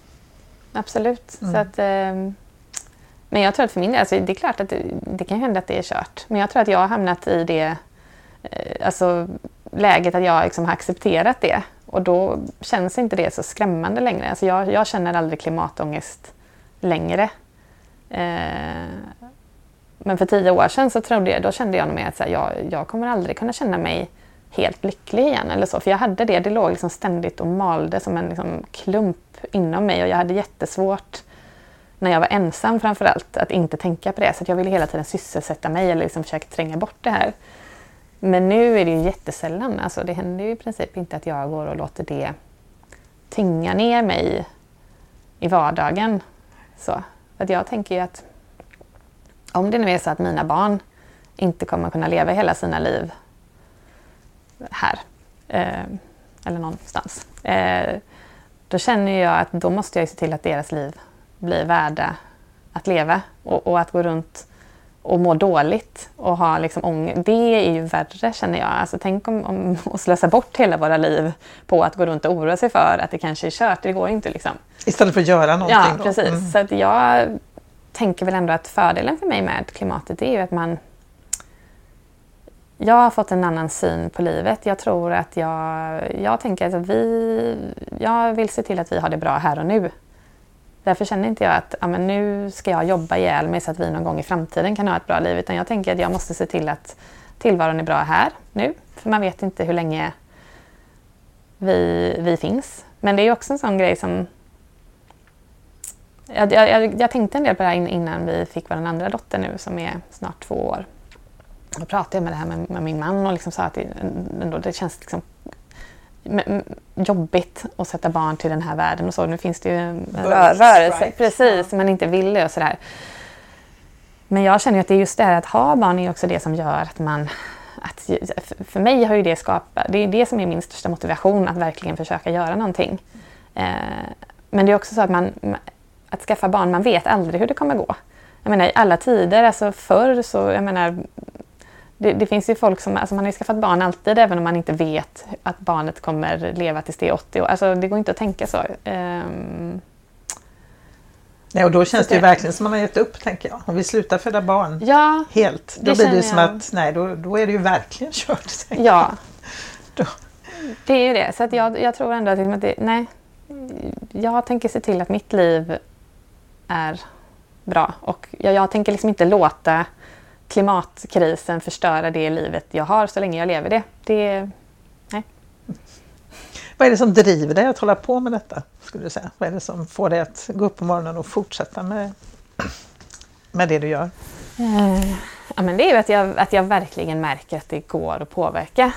[SPEAKER 1] absolut.
[SPEAKER 2] Mm.
[SPEAKER 1] Så att, eh, men jag tror att för min del, alltså det är klart att det, det kan hända att det är kört. Men jag tror att jag har hamnat i det eh, alltså, läget att jag liksom har accepterat det. Och då känns inte det så skrämmande längre. Alltså jag, jag känner aldrig klimatångest längre. Eh, men för tio år sedan så trodde jag, då kände jag nog med att så här, jag, jag kommer aldrig kunna känna mig helt lycklig igen eller så. För jag hade det, det låg liksom ständigt och malde som en liksom klump inom mig. Och jag hade jättesvårt när jag var ensam framförallt att inte tänka på det. Så att jag ville hela tiden sysselsätta mig eller liksom försöka tränga bort det här. Men nu är det ju jättesällan. Alltså det händer ju i princip inte att jag går och låter det tynga ner mig i vardagen. Så att jag tänker ju att om det nu är så att mina barn inte kommer kunna leva hela sina liv här eh, eller någonstans, eh, då känner jag att då måste jag se till att deras liv blir värda att leva och, och att gå runt och må dåligt och ha liksom ångest. Det är ju värre, känner jag. Alltså, tänk om, om att slösa bort hela våra liv på att gå runt och oroa sig för att det kanske är kört. Det går ju inte liksom.
[SPEAKER 2] Istället för att göra någonting.
[SPEAKER 1] Ja,
[SPEAKER 2] då.
[SPEAKER 1] precis.
[SPEAKER 2] Mm.
[SPEAKER 1] Så att jag tänker väl ändå att fördelen för mig med klimatet är ju att man... Jag har fått en annan syn på livet. Jag tror att jag... Jag tänker att vi... Jag vill se till att vi har det bra här och nu. Därför känner inte jag att ja, men nu ska jag jobba ihjäl mig så att vi någon gång i framtiden kan ha ett bra liv. Utan jag tänker att jag måste se till att tillvaron är bra här nu. För man vet inte hur länge vi, vi finns. Men det är också en sån grej som... Jag, jag, jag tänkte en del på det här innan vi fick vår andra dotter nu som är snart två år. Då pratade jag med det här med, med min man och liksom sa att det, ändå, det känns liksom jobbigt att sätta barn till den här världen och så. Nu finns det ju en rö- rörelse, precis, ja. Man inte vill det och sådär. Men jag känner ju att det är just det här att ha barn är också det som gör att man... Att, för mig har ju det skapat... Det är det som är min största motivation, att verkligen försöka göra någonting. Eh, men det är också så att man... Att skaffa barn, man vet aldrig hur det kommer gå. Jag menar, i alla tider, alltså förr så... Jag menar... Det, det finns ju folk som, alltså man har ju skaffat barn alltid även om man inte vet att barnet kommer leva tills det är åttio år. Alltså det går inte att tänka så. Um,
[SPEAKER 2] Nej, och då känns det ju verkligen som man har gett upp, tänker jag. Om vi slutar föda barn
[SPEAKER 1] ja,
[SPEAKER 2] helt, då
[SPEAKER 1] det
[SPEAKER 2] blir det ju som
[SPEAKER 1] jag.
[SPEAKER 2] att, nej, då, då är det ju verkligen kört.
[SPEAKER 1] Ja,
[SPEAKER 2] då.
[SPEAKER 1] det är ju det. Så att jag, jag tror ändå att det, nej, jag tänker se till att mitt liv är bra. Och jag, jag tänker liksom inte låta klimatkrisen förstöra det livet jag har så länge jag lever det. Det, nej.
[SPEAKER 2] Vad är det som driver dig att hålla på med detta, skulle du säga? Vad är det som får dig att gå upp på morgonen och fortsätta med, med det du gör?
[SPEAKER 1] Eh, ja, men det är ju att jag, att jag verkligen märker att det går att påverka.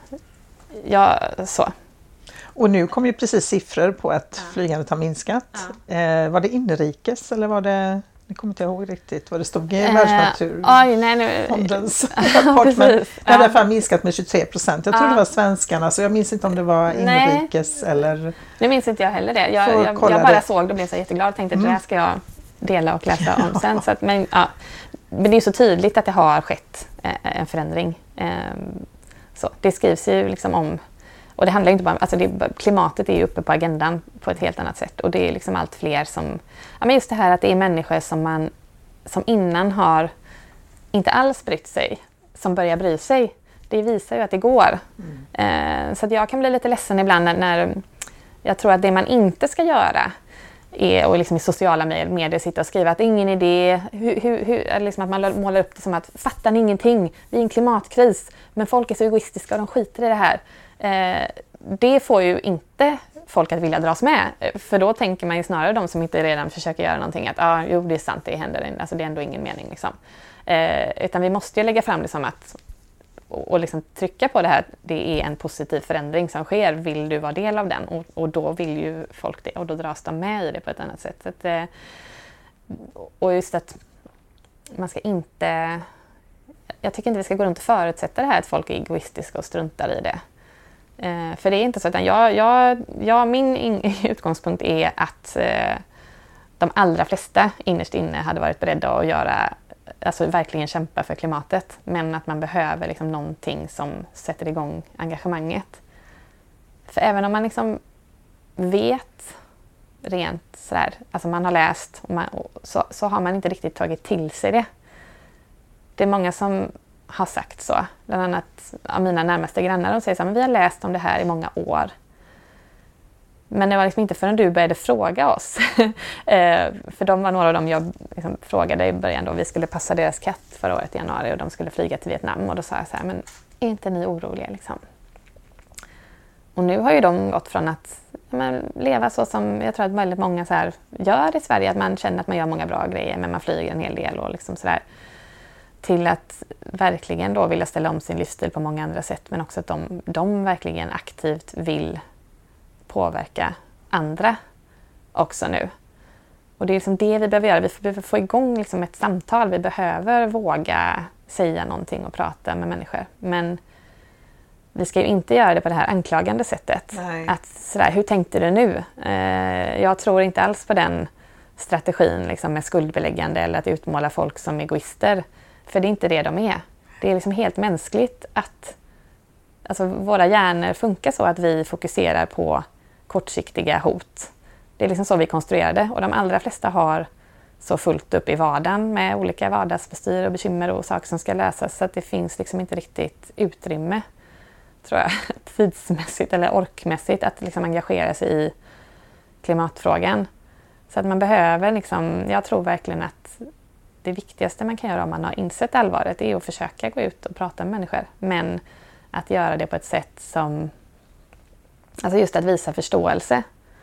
[SPEAKER 1] Ja, så.
[SPEAKER 2] Och nu kom ju precis siffror på att
[SPEAKER 1] ja.
[SPEAKER 2] flygandet har minskat.
[SPEAKER 1] Ja.
[SPEAKER 2] Eh, var det inrikes eller var det... Jag kommer inte ihåg riktigt vad det stod i
[SPEAKER 1] Eh,
[SPEAKER 2] Världsnaturfondens rapport. Men det har i alla fall minskat med tjugotre procent. Jag tror ja. det var svenskarna, så jag minns inte om det var inrikes nej. eller...
[SPEAKER 1] Nu minns inte jag heller det. Jag, jag, jag bara det. såg det och blev så jätteglad och tänkte att mm. det här ska jag dela och läsa om ja. sen. Så att, men, ja. men det är så tydligt att det har skett eh, en förändring. Eh, så, det skrivs ju liksom om... Och det handlar inte bara alltså det, klimatet är ju uppe på agendan på ett helt annat sätt. Och det är liksom allt fler som... Ja, men just det här att det är människor som man som innan har inte alls brytt sig, som börjar bry sig. Det visar ju att det går. Mm. Eh, så att jag kan bli lite ledsen ibland när, när jag tror att det man inte ska göra är att liksom i sociala medier sitta och skriva att det är ingen idé, hur, hur, hur, liksom att man målar upp det som att fattar ni ingenting, vi är en klimatkris, men folk är så egoistiska och de skiter i det här. Eh, det får ju inte folk att vilja dras med, för då tänker man ju snarare de som inte redan försöker göra någonting att ah, jo det är sant, det händer, alltså det är ändå ingen mening liksom. Eh, utan vi måste ju lägga fram det som att och, och liksom trycka på det här, det är en positiv förändring som sker, vill du vara del av den? Och, och då vill ju folk det och då dras de med i det på ett annat sätt. Så att, eh, och just att man ska inte, jag tycker inte vi ska gå runt och förutsätta det här att folk är egoistiska och struntar i det. Eh, för det är inte så, utan jag, jag, jag, min in, utgångspunkt är att eh, de allra flesta innerst inne hade varit beredda att göra, alltså verkligen kämpa för klimatet, men att man behöver liksom någonting som sätter igång engagemanget. För även om man liksom vet rent sådär, alltså man har läst och man, och så, så har man inte riktigt tagit till sig det. Det är många som har sagt så, bland annat av mina närmaste grannar, de säger så här, men vi har läst om det här i många år. Men det var liksom inte förrän du började fråga oss. eh, för de var några av dem jag liksom frågade i början då. Vi skulle passa deras katt förra året i januari och de skulle flyga till Vietnam. Och då sa jag så här, men är inte ni oroliga liksom? Och nu har ju de gått från att men, leva så som jag tror att väldigt många så här gör i Sverige. Att man känner att man gör många bra grejer men man flyger en hel del och liksom sådär. Till att verkligen då vilja ställa om sin livsstil på många andra sätt. Men också att de, de verkligen aktivt vill påverka andra också nu. Och det är liksom det vi behöver göra. Vi behöver få igång liksom ett samtal. Vi behöver våga säga någonting och prata med människor. Men vi ska ju inte göra det på det här anklagande sättet.
[SPEAKER 2] Nej.
[SPEAKER 1] Att sådär, hur tänkte du nu? Eh, jag tror inte alls på den strategin liksom, med skuldbeläggande eller att utmåla folk som egoister. För det är inte det de är. Det är liksom helt mänskligt att alltså, våra hjärnor funkar så att vi fokuserar på kortsiktiga hot. Det är liksom så vi konstruerade och de allra flesta har så fullt upp i vardagen med olika vardagsbestyr och bekymmer och saker som ska lösas så att det finns liksom inte riktigt utrymme, tror jag, tidsmässigt eller orkmässigt att liksom engagera sig i klimatfrågan. Så att man behöver liksom, jag tror verkligen att det viktigaste man kan göra om man har insett allvaret är att försöka gå ut och prata med människor. Men att göra det på ett sätt som, alltså just att visa förståelse,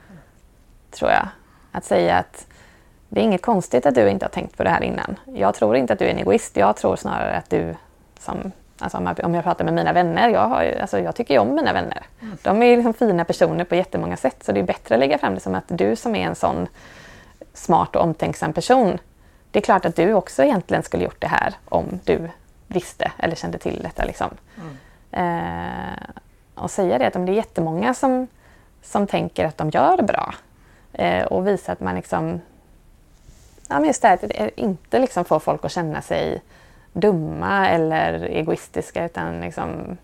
[SPEAKER 1] tror jag. Att säga att det är inget konstigt att du inte har tänkt på det här innan. Jag tror inte att du är en egoist. Jag tror snarare att du, som, alltså om jag pratar med mina vänner, jag, har ju, alltså jag tycker ju om mina vänner. Mm. De är liksom fina personer på jättemånga sätt. Så det är bättre att lägga fram det som att du som är en sån smart och omtänksam person, det är klart att du också egentligen skulle gjort det här om du visste eller kände till detta. Liksom. Mm. Eh, och säga det att om det är jättemånga som, som tänker att de gör bra eh, och visa att man liksom, ja, men just det här, att inte liksom får folk att känna sig dumma eller egoistiska utan liksom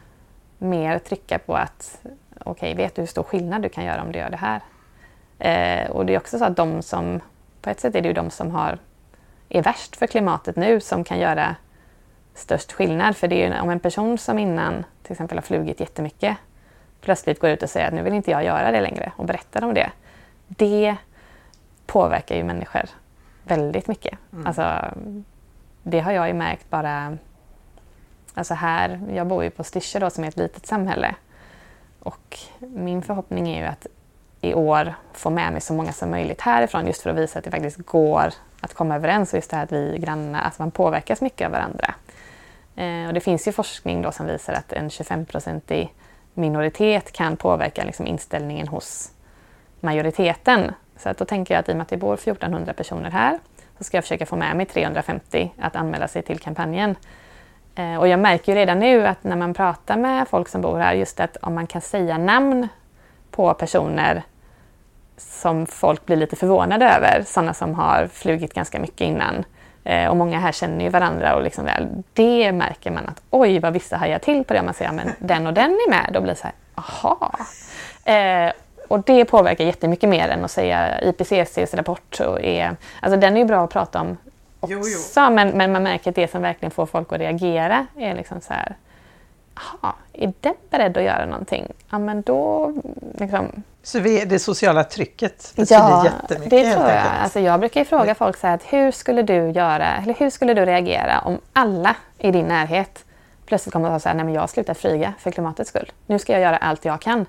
[SPEAKER 1] mer trycka på att okej, okay, vet du hur stor skillnad du kan göra om du gör det här? Eh, och det är också så att de som på ett sätt är det ju de som har, är värst för klimatet nu som kan göra störst skillnad. För det är ju om en person som innan till exempel har flugit jättemycket plötsligt går ut och säger att nu vill inte jag göra det längre och berättar om det. Det påverkar ju människor väldigt mycket. Mm. Alltså, det har jag ju märkt bara, alltså här, jag bor ju på Styrsö då som är ett litet samhälle. Och min förhoppning är ju att i år få med mig så många som möjligt härifrån just för att visa att det faktiskt går att komma överens och just det här att vi grannar, att man påverkas mycket av varandra. Eh, och det finns ju forskning då som visar att en tjugofem-procentig minoritet kan påverka liksom inställningen hos majoriteten. Så att då tänker jag att i och med att det bor fjortonhundra personer här så ska jag försöka få med mig trehundrafemtio att anmäla sig till kampanjen. Eh, och jag märker ju redan nu att när man pratar med folk som bor här, just att om man kan säga namn på personer som folk blir lite förvånade över, sådana som har flugit ganska mycket innan. Eh, och många här känner ju varandra och liksom väl, det märker man att oj vad vissa hajar till på det. Man säger men den och den är med, då blir det så här, aha. Eh, och det påverkar jättemycket mer än att säga I P C C:s rapport. Och är, alltså den är ju bra att prata om också, jo, jo. Men, men man märker att det som verkligen får folk att reagera är liksom så här, aha, är den beredd att göra någonting? Ja men då liksom...
[SPEAKER 2] Så vi, det sociala trycket betyder ja, jättemycket.
[SPEAKER 1] Det tror jag. Alltså jag brukar ju fråga folk så här att hur skulle du göra, eller hur skulle du reagera om alla i din närhet plötsligt kommer att säga nej men jag har slutat flyga för klimatets skull. Nu ska jag göra allt jag kan.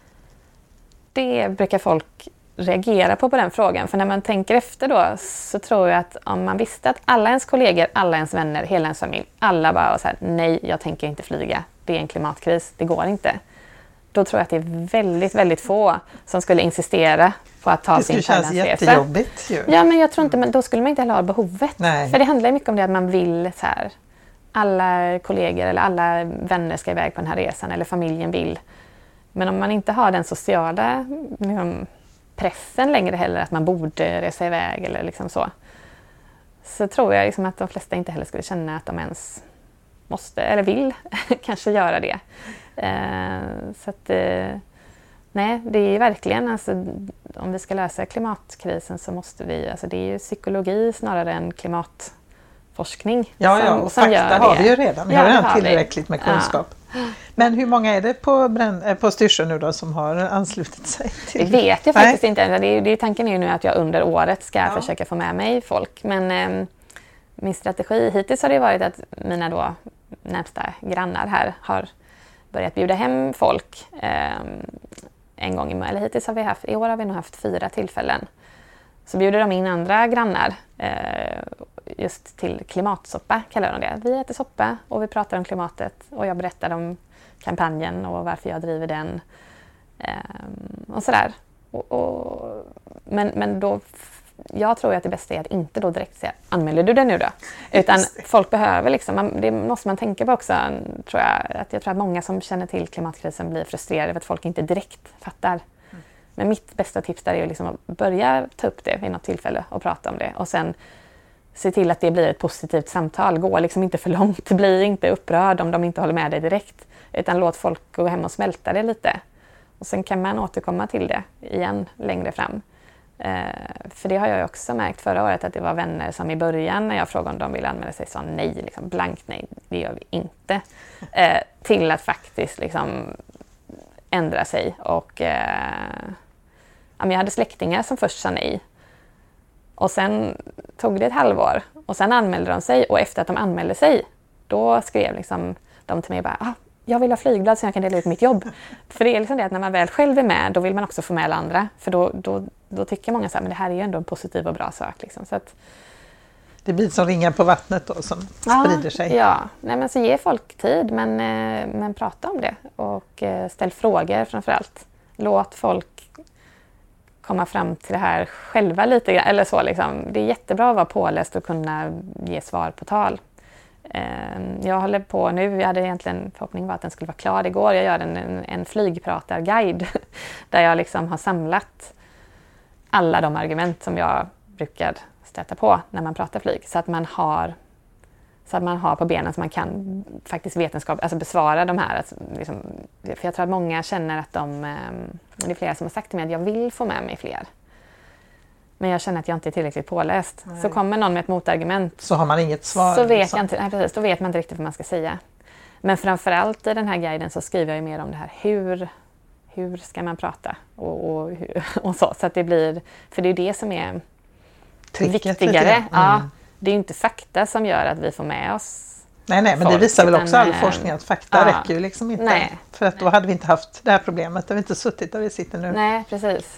[SPEAKER 1] Det brukar folk reagera på på den frågan. För när man tänker efter då så tror jag att om man visste att alla ens kollegor, alla ens vänner, hela ens familj, alla bara var så här, nej jag tänker inte flyga. Det är en klimatkris, det går inte. Då tror jag att det är väldigt, väldigt få som skulle insistera på att ta sin
[SPEAKER 2] Thailandsresa. Det skulle kännas jättejobbigt ju.
[SPEAKER 1] Ja, men jag tror inte, men då skulle man inte heller ha behovet. Nej. För det handlar mycket om det att man vill så här, alla kollegor eller alla vänner ska iväg på den här resan eller familjen vill. Men om man inte har den sociala liksom, pressen längre heller att man borde resa iväg eller liksom så. Så tror jag liksom att de flesta inte heller skulle känna att de ens måste eller vill kanske göra det. Eh, så att eh, nej, det är ju verkligen alltså, om vi ska lösa klimatkrisen så måste vi, alltså det är ju psykologi snarare än klimatforskning.
[SPEAKER 2] Ja,
[SPEAKER 1] som,
[SPEAKER 2] ja och
[SPEAKER 1] som
[SPEAKER 2] fakta har vi ju redan. Vi
[SPEAKER 1] ja,
[SPEAKER 2] har redan
[SPEAKER 1] har
[SPEAKER 2] tillräckligt vi. med kunskap. Ja. Men hur många är det på, Bränn, på Styrsö nu då som har anslutit sig till?
[SPEAKER 1] Det vet jag faktiskt Nej. inte. Det är, det är, tanken är ju nu att jag under året ska ja. försöka få med mig folk. Men eh, min strategi hittills har det varit att mina då närmsta grannar här har börjat bjuda hem folk eh, en gång i månaden. Eller hittills har vi haft, i år har vi nog haft fyra tillfällen. Så bjuder de in andra grannar eh, just till klimatsoppa kallar de det. Vi äter soppa och vi pratar om klimatet och jag berättar om kampanjen och varför jag driver den eh, och sådär. Och, och, men, men då jag tror att det bästa är att inte då direkt säga anmäler du det nu då? Utan folk behöver liksom, man, det måste man tänka på också tror jag. Att jag tror att många som känner till klimatkrisen blir frustrerade för att folk inte direkt fattar. Mm. Men mitt bästa tips där är ju liksom att börja ta upp det vid något tillfälle och prata om det. Och sen se till att det blir ett positivt samtal. Gå liksom inte för långt, bli inte upprörd om de inte håller med dig direkt. Utan låt folk gå hem och smälta det lite. Och sen kan man återkomma till det igen längre fram. Uh, för det har jag också märkt förra året att det var vänner som i början när jag frågade om de ville anmäla sig sa nej, liksom blankt nej, det gör vi inte. Uh, till att faktiskt liksom ändra sig och uh, ja, men jag hade släktingar som först sa nej och sen tog det ett halvår och sen anmälde de sig och efter att de anmälde sig då skrev liksom de till mig bara ah, jag vill ha flygblad så jag kan dela ut mitt jobb. För det är liksom det att när man väl själv är med då vill man också få med alla andra. För då, då, då tycker många så här, men det här är ju ändå en positiv och bra sak. Liksom. Så att,
[SPEAKER 2] det blir som ringar på vattnet då som
[SPEAKER 1] ja,
[SPEAKER 2] sprider sig.
[SPEAKER 1] Ja, nej, men så ge folk tid men, eh, men prata om det. Och eh, ställ frågor framförallt. Låt folk komma fram till det här själva lite grann. Eller så, liksom. Det är jättebra att vara påläst och kunna ge svar på tal. Jag håller på nu, jag hade egentligen förhoppning var att den skulle vara klar igår. Jag gör en, en, en flygpratarguide där jag liksom har samlat alla de argument som jag brukar stöta på när man pratar flyg. Så att man har, så att man har på benen så man kan faktiskt vetenskap, alltså besvara de här. Alltså, liksom, för jag tror att många känner att de, det är flera som har sagt till mig att jag vill få med mig fler. men jag känner att jag inte är tillräckligt påläst. Nej. Så kommer någon med ett motargument.
[SPEAKER 2] Så har man inget svar.
[SPEAKER 1] Så vet liksom. jag inte, nej, precis, då vet man inte riktigt vad man ska säga. Men framförallt i den här guiden så skriver jag ju mer om det här. Hur, hur ska man prata? Och, och, och så. Så att det blir, för det är ju det som är Tricket, viktigare. Mm. Ja, det är ju inte fakta som gör att vi får med oss.
[SPEAKER 2] Nej, nej, men
[SPEAKER 1] folk,
[SPEAKER 2] det visar väl också
[SPEAKER 1] utan,
[SPEAKER 2] all forskning att fakta
[SPEAKER 1] ja,
[SPEAKER 2] räcker ju liksom inte.
[SPEAKER 1] Nej,
[SPEAKER 2] för att då
[SPEAKER 1] nej.
[SPEAKER 2] hade vi inte haft det här problemet. Då hade vi inte suttit där vi sitter nu.
[SPEAKER 1] Nej, precis.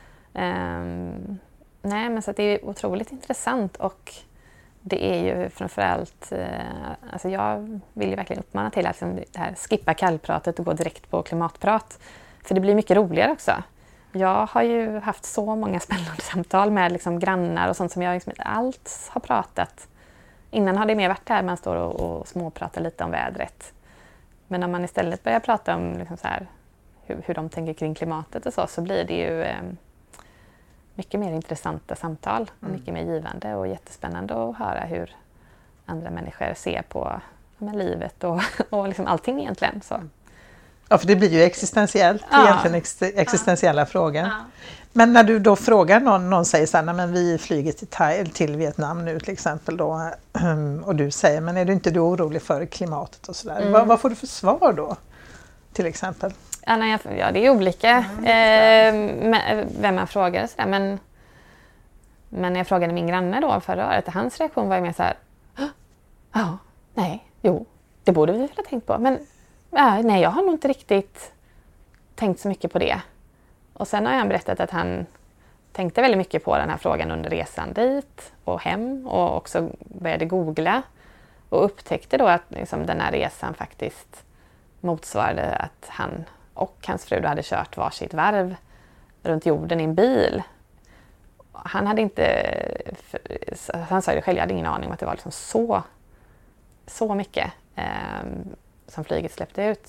[SPEAKER 1] Um, nej, men så att det är otroligt intressant och det är ju framförallt, uh, alltså jag vill ju verkligen uppmana till att liksom, det här skippa kallpratet och gå direkt på klimatprat. För det blir mycket roligare också. Jag har ju haft så många spännande samtal med liksom grannar och sånt som jag liksom inte alls har pratat. Innan har det mer varit här man står och, och småpratar lite om vädret. Men när man istället börjar prata om liksom så här, hur, hur de tänker kring klimatet och så, så blir det ju eh, mycket mer intressanta samtal. Och
[SPEAKER 2] Mm.
[SPEAKER 1] mycket mer givande och jättespännande att höra hur andra människor ser på ja, med livet och, och liksom allting egentligen. Så.
[SPEAKER 2] Ja, för det blir ju existentiellt,
[SPEAKER 1] ja.
[SPEAKER 2] egentligen ex- existentiella
[SPEAKER 1] ja.
[SPEAKER 2] frågor.
[SPEAKER 1] Ja.
[SPEAKER 2] Men när du då frågar någon, någon säger så här, nej, men vi flyger till, Thai, till Vietnam nu till exempel då, och du säger, men är du inte du orolig för klimatet och sådär? Mm. Vad, vad får du för svar då, till exempel?
[SPEAKER 1] Ja, nej, ja det är olika mm, eh, vem man frågar sådär, men, men när jag frågade min granne då förra året, hans reaktion var ju mer så här, ja, nej, jo, det borde vi väl ha tänkt på, men ja, nej, jag har nog inte riktigt tänkt så mycket på det. Och sen har han berättat att han tänkte väldigt mycket på den här frågan under resan dit och hem och också började googla och upptäckte då att liksom, den här resan faktiskt motsvarade att han och hans fru då hade kört varsitt varv runt jorden i en bil. Han hade inte, han sa det själv, jag hade ingen aning om att det var liksom så, så mycket eh, som flyget släppte ut.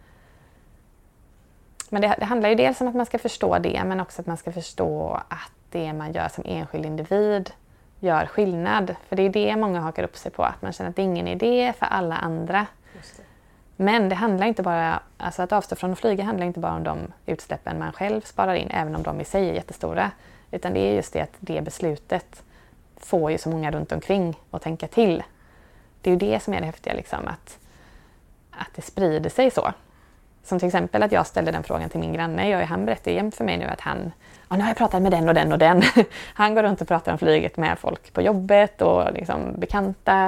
[SPEAKER 1] Men det, det handlar ju dels om att man ska förstå det, men också att man ska förstå att det man gör som enskild individ gör skillnad. För det är det många hakar upp sig på, att man känner att det är ingen idé för alla andra. Just det. Men det handlar inte bara, alltså att avstå från att flyga handlar inte bara om de utsläppen man själv sparar in, även om de i sig är jättestora. Utan det är just det att det beslutet får ju så många runt omkring att tänka till. Det är ju det som är det häftiga, liksom, att, att det sprider sig så. Som till exempel att jag ställde den frågan till min granne. Jag, han berättar jämt för mig nu att han, ja, nu har jag pratat med den och den och den. Han går runt och pratar om flyget med folk på jobbet och liksom bekanta.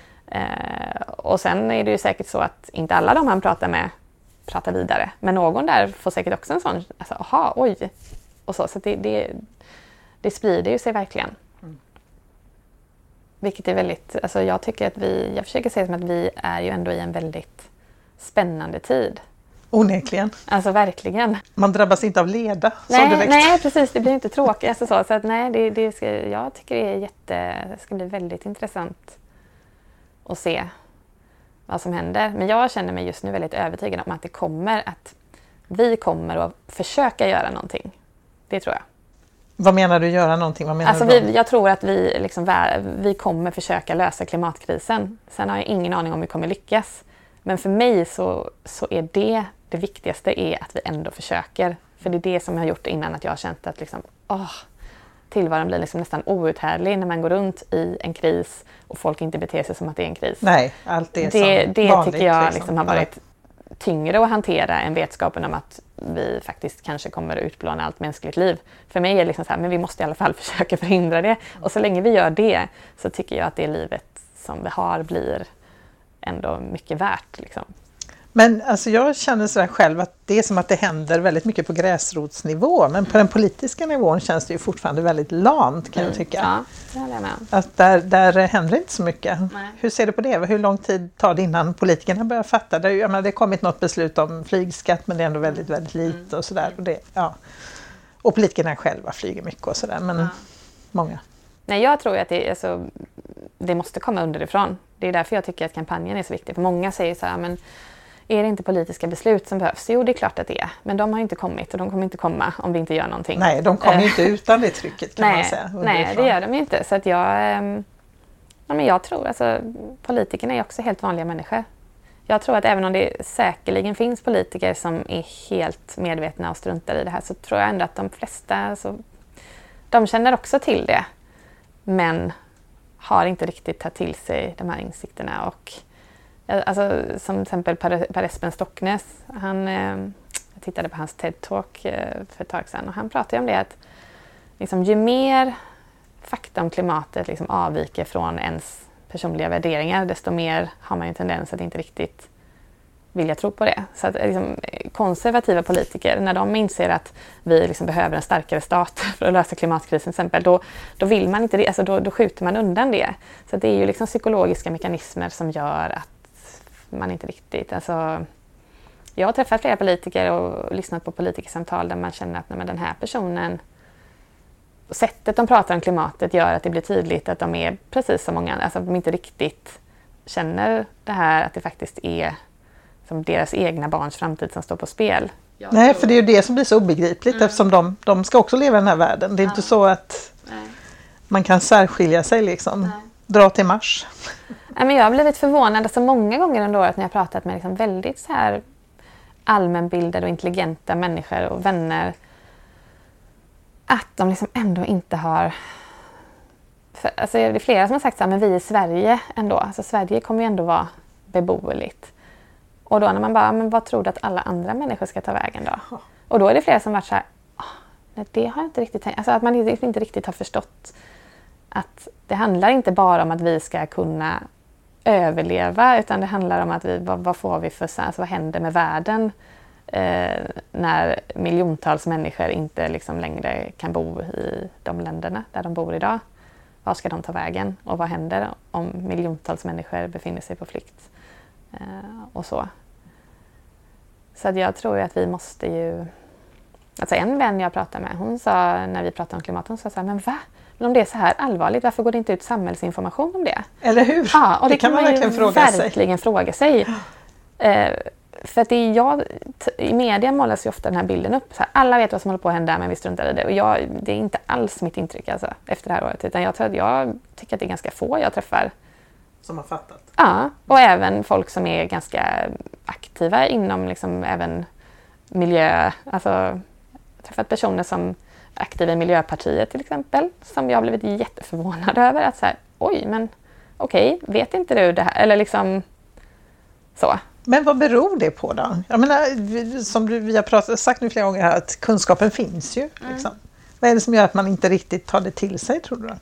[SPEAKER 1] Eh, och sen är det ju säkert så att inte alla de han pratar med pratar vidare. Men någon där får säkert också en sån, alltså, aha, oj. Och så, så det, det, det sprider ju sig verkligen. Mm. Vilket är väldigt, alltså jag tycker att vi, jag försöker se det som att vi är ju ändå i en väldigt spännande tid.
[SPEAKER 2] Onekligen.
[SPEAKER 1] Alltså verkligen.
[SPEAKER 2] Man drabbas inte av leda
[SPEAKER 1] nej,
[SPEAKER 2] så direkt.
[SPEAKER 1] Nej, precis. Det blir inte tråkigt. Alltså så, så att, nej, det, det ska, jag tycker det är jätte, det ska bli väldigt intressant att se vad som händer. Men jag känner mig just nu väldigt övertygad om att det kommer att vi kommer att försöka göra någonting. Det tror jag.
[SPEAKER 2] Vad menar du göra någonting? Vad menar
[SPEAKER 1] alltså
[SPEAKER 2] du
[SPEAKER 1] vi, jag tror att vi, liksom, vi kommer försöka lösa klimatkrisen. Sen har jag ingen aning om vi kommer lyckas. Men för mig så, så är det det viktigaste är att vi ändå försöker. För det är det som jag har gjort innan, att jag har känt att liksom, åh, tillvaron blir liksom nästan outhärdlig när man går runt i en kris och folk inte beter sig som att det är en kris.
[SPEAKER 2] Nej, allt det,
[SPEAKER 1] det
[SPEAKER 2] som
[SPEAKER 1] Det
[SPEAKER 2] vanligt,
[SPEAKER 1] tycker jag
[SPEAKER 2] liksom.
[SPEAKER 1] Liksom har varit tyngre att hantera än vetskapen om att vi faktiskt kanske kommer att utplåna allt mänskligt liv. För mig är det liksom så här, men vi måste i alla fall försöka förhindra det. Och så länge vi gör det så tycker jag att det livet som vi har blir ändå mycket värt. Liksom.
[SPEAKER 2] Men alltså jag känner så här själv att det är som att det händer väldigt mycket på gräsrotsnivå. Men på den politiska nivån känns det ju fortfarande väldigt lamt, kan mm. jag tycka.
[SPEAKER 1] Ja, det håller jag med.
[SPEAKER 2] Att där, där händer inte så mycket.
[SPEAKER 1] Nej.
[SPEAKER 2] Hur ser du på det? Hur lång tid tar det innan politikerna börjar fatta? Det, jag menar, det har kommit något beslut om flygskatt, men det är ändå väldigt, väldigt lite och sådär. Och, det, ja. och politikerna själva flyger mycket och sådär, men ja. många.
[SPEAKER 1] Nej, jag tror att det, alltså, det måste komma underifrån. Det är därför jag tycker att kampanjen är så viktig. För många säger så här, men är det inte politiska beslut som behövs? Jo, det är klart att det är. Men de har inte kommit och de kommer inte komma om vi inte gör någonting.
[SPEAKER 2] Nej, de kommer ju inte utan det trycket, kan
[SPEAKER 1] nej,
[SPEAKER 2] man säga.
[SPEAKER 1] Nej, det gör de ju inte. Så att jag, ja, men jag tror, alltså, politikerna är också helt vanliga människor. Jag tror att även om det säkerligen finns politiker som är helt medvetna och struntar i det här, så tror jag ändå att de flesta, alltså, de känner också till det, men har inte riktigt tagit till sig de här insikterna. Och, alltså, som till exempel Per, Per Espen Stocknes, han, eh, jag tittade på hans TED-talk eh, för ett tag sedan och han pratade om det att liksom, ju mer fakta om klimatet liksom, avviker från ens personliga värderingar, desto mer har man ju en tendens att inte riktigt vilja tro på det. Så att liksom, konservativa politiker, när de inser att vi liksom behöver en starkare stat för att lösa klimatkrisen till exempel, då, då vill man inte det, alltså då, då skjuter man undan det. Så det är ju liksom psykologiska mekanismer som gör att man inte riktigt, alltså jag har träffat flera politiker och lyssnat på politikersamtal där man känner att nej, men den här personen, sättet de pratar om klimatet gör att det blir tydligt att de är precis som många, alltså att de inte riktigt känner det här att det faktiskt är som deras egna barns framtid som står på spel.
[SPEAKER 3] Jag Nej, tror... för det är ju det som blir så obegripligt mm. eftersom de, de ska också leva i den här världen. Det är ja. inte så att Nej. man kan särskilja sig liksom, Nej. dra till Mars.
[SPEAKER 1] Nej, men jag har blivit förvånad alltså många gånger under året när jag pratat med liksom väldigt så här allmänbildade och intelligenta människor och vänner att de liksom ändå inte har... För, alltså det är flera som har sagt så här, men vi i Sverige ändå, alltså Sverige kommer ju ändå vara beboeligt. Och då när man bara, men vad tror du att alla andra människor ska ta vägen då? Och då är det flera som varit så här, nej, det har jag inte riktigt tänkt. Alltså att man inte, inte riktigt har förstått att det handlar inte bara om att vi ska kunna överleva, utan det handlar om att vi, vad, vad får vi för, alltså vad händer med världen eh, när miljontals människor inte liksom längre kan bo i de länderna där de bor idag. Vad ska de ta vägen? Och vad händer om miljontals människor befinner sig på flykt? Uh, och så. Så att jag tror ju att vi måste ju... Alltså en vän jag pratade med, hon sa när vi pratade om klimat, hon sa så här, men va? Men om det är så här allvarligt, varför går det inte ut samhällsinformation om det?
[SPEAKER 3] Eller hur?
[SPEAKER 1] Ja, och det,
[SPEAKER 3] det kan man, man verkligen fråga
[SPEAKER 1] verkligen
[SPEAKER 3] sig.
[SPEAKER 1] verkligen fråga sig. Uh, för att det är jag, i media målas ju ofta den här bilden upp. Så här, alla vet vad som håller på att hända, men vi struntar i det. Och jag, det är inte alls mitt intryck alltså, efter det här året. Utan jag, tror att jag tycker att det är ganska få jag träffar.
[SPEAKER 3] Som har fattat?
[SPEAKER 1] Ja, och även folk som är ganska aktiva inom liksom även miljö. Alltså, jag har träffat personer som är aktiva i Miljöpartiet till exempel. Som jag har blivit jätteförvånad över. Att så här, oj, men okej, okay, vet inte du det här? Eller liksom så.
[SPEAKER 3] Men vad beror det på då? Jag menar, som vi har pratat, sagt nu flera gånger här, att kunskapen finns ju. Mm. Liksom. Vad är det som gör att man inte riktigt tar det till sig, tror du?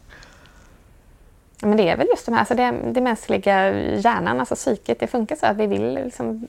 [SPEAKER 1] Men det är väl just de här, alltså det, det mänskliga hjärnan, alltså psyket, det funkar så att vi vill liksom,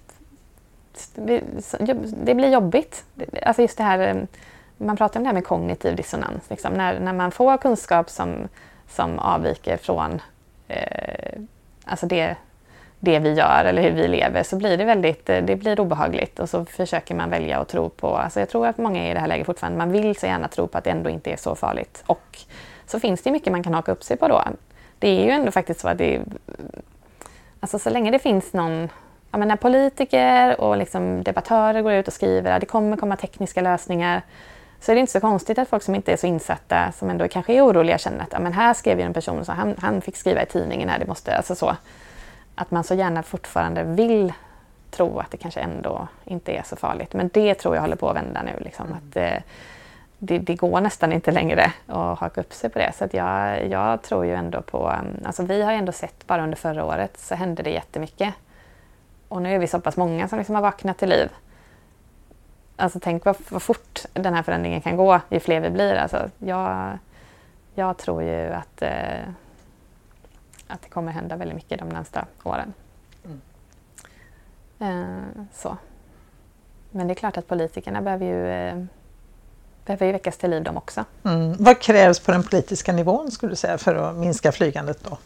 [SPEAKER 1] det blir jobbigt. Alltså just det här, man pratar om det här med kognitiv dissonans. Liksom. När, när man får kunskap som, som avviker från eh, alltså det, det vi gör eller hur vi lever, så blir det väldigt, det blir obehagligt och så försöker man välja att tro på, alltså jag tror att många är i det här läget fortfarande, man vill så gärna tro på att det ändå inte är så farligt. Och så finns det mycket man kan haka upp sig på då. Det är ju ändå faktiskt så att det, alltså så länge det finns någon, jag menar politiker och liksom debattörer går ut och skriver att det kommer komma tekniska lösningar, så är det inte så konstigt att folk som inte är så insatta, som ändå kanske är oroliga, känner att ja, men här skrev ju en person så han, han fick skriva i tidningen här, det måste, alltså så, att man så gärna fortfarande vill tro att det kanske ändå inte är så farligt. Men det tror jag håller på att vända nu, liksom, mm. att eh, Det, det går nästan inte längre att haka upp sig på det. Så att jag, jag tror ju ändå på... Alltså vi har ju ändå sett, bara under förra året så hände det jättemycket. Och nu är vi så pass många som liksom har vaknat till liv. Alltså tänk vad, vad fort den här förändringen kan gå ju fler vi blir. Alltså jag, jag tror ju att, eh, att det kommer hända väldigt mycket de närmsta åren. Mm. Eh, så. Men det är klart att politikerna behöver ju... Eh, behöver ju väckas till liv de också.
[SPEAKER 3] Mm. Vad krävs på den politiska nivån, skulle du säga, för att minska flygandet då?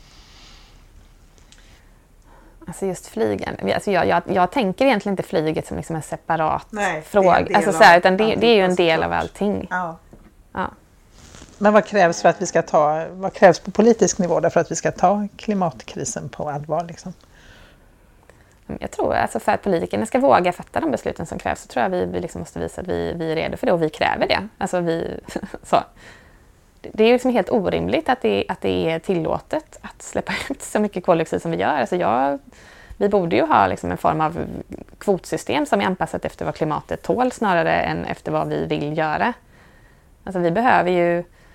[SPEAKER 1] Alltså just flygen. Alltså jag, jag, jag tänker egentligen inte flyget som liksom en separat
[SPEAKER 3] Nej,
[SPEAKER 1] fråga. Alltså så här, utan det, det är ju en del av allting.
[SPEAKER 3] Ja.
[SPEAKER 1] Ja.
[SPEAKER 3] Men vad krävs för att vi ska ta, vad krävs på politisk nivå där för att vi ska ta klimatkrisen på allvar liksom?
[SPEAKER 1] Jag tror alltså för att politikerna ska våga fatta de besluten som krävs, så tror jag vi, vi liksom måste visa att vi, vi är redo för det och vi kräver det. Alltså vi, så. Det är liksom helt orimligt att det, att det är tillåtet att släppa ut så mycket koldioxid som vi gör. Alltså jag, vi borde ju ha liksom en form av kvotsystem som är anpassat efter vad klimatet tål snarare än efter vad vi vill göra. Alltså vi behöver ju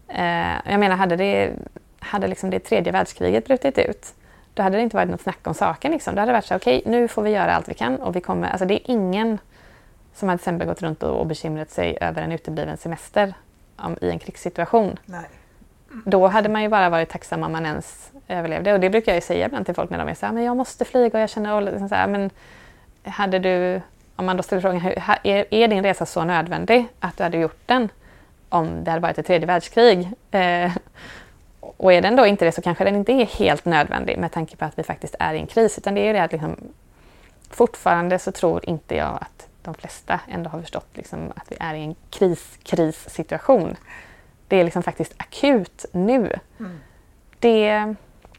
[SPEAKER 1] Eh, jag menar, hade det, hade liksom det tredje världskriget brutit ut, då hade det inte varit något snack om saken. Liksom. Det hade varit så, okej, okay, nu får vi göra allt vi kan. Och vi kommer, alltså det är ingen som hade till exempel gått runt och, och bekymrat sig över en utebliven semester om, i en krigssituation.
[SPEAKER 3] Nej.
[SPEAKER 1] Då hade man ju bara varit tacksam om man ens överlevde. Och det brukar jag ju säga ibland till folk när de är så här, men jag måste flyga och jag känner liksom så här, men hade du, om man då ställer frågan, är, är din resa så nödvändig att du hade gjort den om det hade varit ett tredje världskrig? Eh, och är den då inte det, så kanske den inte är helt nödvändig med tanke på att vi faktiskt är i en kris. Utan det är ju det att liksom, fortfarande så tror inte jag att de flesta ändå har förstått liksom, att vi är i en kris, krissituation. Det är liksom faktiskt akut nu. Mm. Det,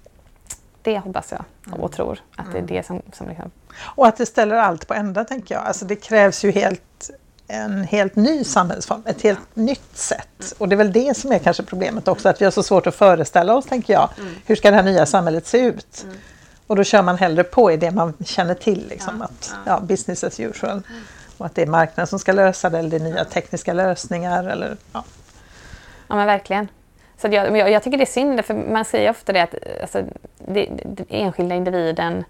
[SPEAKER 1] det hoppas jag och mm. tror att det är det som... som liksom...
[SPEAKER 3] Och att det ställer allt på ända, tänker jag. Alltså det krävs ju helt, en helt ny samhällsform, ett helt ja. nytt sätt. Mm. Och det är väl det som är kanske problemet också, att vi har så svårt att föreställa oss, tänker jag. Mm. Hur ska det här nya samhället se ut? Mm. Och då kör man hellre på i det man känner till, liksom, ja. att ja, business as usual. Mm. Och att det är marknaden som ska lösa det, eller det är nya tekniska lösningar. Eller, ja.
[SPEAKER 1] Ja, men verkligen. Så jag, jag, jag tycker det är synd, för man säger ofta det att alltså, det, det enskilda individen,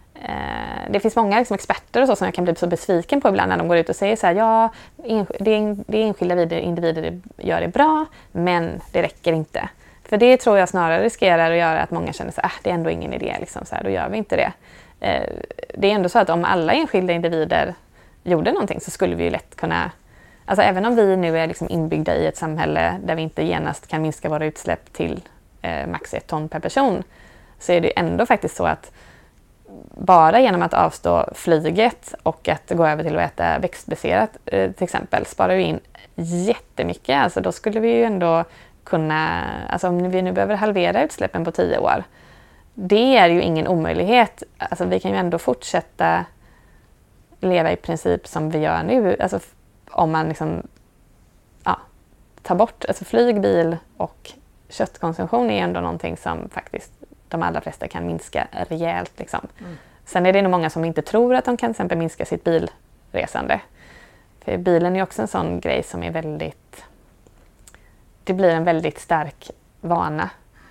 [SPEAKER 1] eh, det finns många liksom, experter och så som jag kan bli så besviken på ibland när de går ut och säger så här, ja, en, det, det enskilda individer gör det bra, men det räcker inte. För det tror jag snarare riskerar att göra att många känner så här, ah, det är ändå ingen idé, liksom, så här, då gör vi inte det. Eh, det är ändå så att om alla enskilda individer gjorde någonting så skulle vi ju lätt kunna... Alltså även om vi nu är liksom inbyggda i ett samhälle där vi inte genast kan minska våra utsläpp till eh, max ett ton per person, så är det ändå faktiskt så att bara genom att avstå flyget och att gå över till att äta växtbaserat eh, till exempel sparar vi in jättemycket. Alltså då skulle vi ju ändå kunna, alltså om vi nu behöver halvera utsläppen på tio år, det är ju ingen omöjlighet. Alltså vi kan ju ändå fortsätta leva i princip som vi gör nu. Alltså om man liksom, ja, tar bort alltså flyg, bil och köttkonsumtion är ändå någonting som faktiskt de allra flesta kan minska rejält. Liksom. Mm. Sen är det nog många som inte tror att de kan till exempel minska sitt bilresande. För bilen är också en sån grej som är väldigt... Det blir en väldigt stark vana.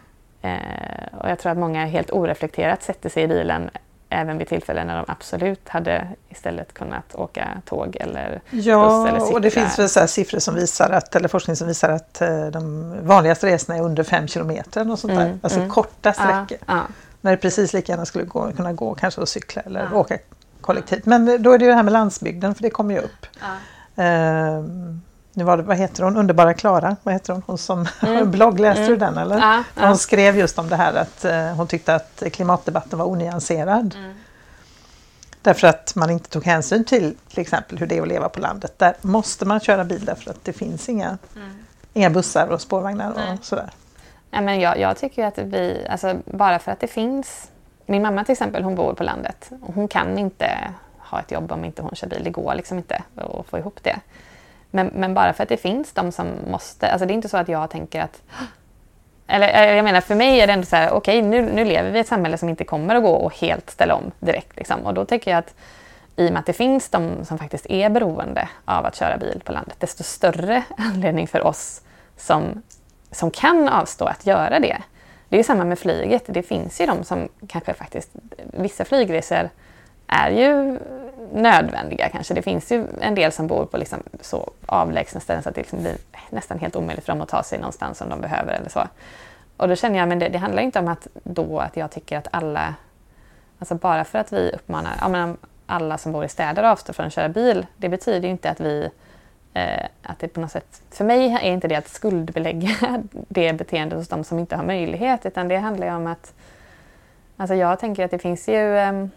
[SPEAKER 1] Eh, och jag tror att många helt oreflekterat sätter sig i bilen även vid tillfällen när de absolut hade istället kunnat åka tåg eller
[SPEAKER 3] ja,
[SPEAKER 1] buss eller cykla.
[SPEAKER 3] Och det finns väl så här siffror som visar att, eller forskning som visar att de vanligaste resorna är under fem kilometer och sånt där. Mm, alltså mm. korta sträckor. Ja, ja. När det precis lika gärna skulle gå, kunna gå kanske att cykla eller ja. åka kollektivt. Men då är det ju det här med landsbygden, för det kommer ju upp. Ja. Ehm, nu var det, vad heter hon? Underbara Klara, vad heter hon? Hon som mm. har en blogg, läste mm. du den eller? Ja, ja. Hon skrev just om det här att uh, hon tyckte att klimatdebatten var onyanserad. Mm. Därför att man inte tog hänsyn till till exempel hur det är att leva på landet. Där måste man köra bil därför att det finns inga, mm. inga bussar och spårvagnar och Nej. sådär.
[SPEAKER 1] Ja, men jag, jag tycker ju att vi, alltså bara för att det finns, min mamma till exempel, hon bor på landet. Och hon kan inte ha ett jobb om inte hon kör bil. Det går liksom inte att få ihop det. Men, men bara för att det finns de som måste... Alltså det är inte så att jag tänker att... Eller jag menar, för mig är det ändå så här, okej, okay, nu, nu lever vi i ett samhälle som inte kommer att gå och helt ställa om direkt. Liksom. Och då tycker jag att i och med att det finns de som faktiskt är beroende av att köra bil på landet, desto större anledning för oss som, som kan avstå att göra det. Det är ju samma med flyget. Det finns ju de som kanske faktiskt... Vissa flygresor är ju nödvändiga kanske. Det finns ju en del som bor på liksom så avlägsna ställen så att det liksom blir nästan helt omöjligt för dem att ta sig någonstans om de behöver eller så. Och då känner jag, men det, det handlar inte om att då att jag tycker att alla, alltså bara för att vi uppmanar, ja men alla som bor i städer avstår från att köra bil, det betyder ju inte att vi, eh, att det på något sätt, för mig är inte det att skuldbelägga det beteendet hos de som inte har möjlighet, utan det handlar ju om att, alltså jag tänker att det finns ju, eh,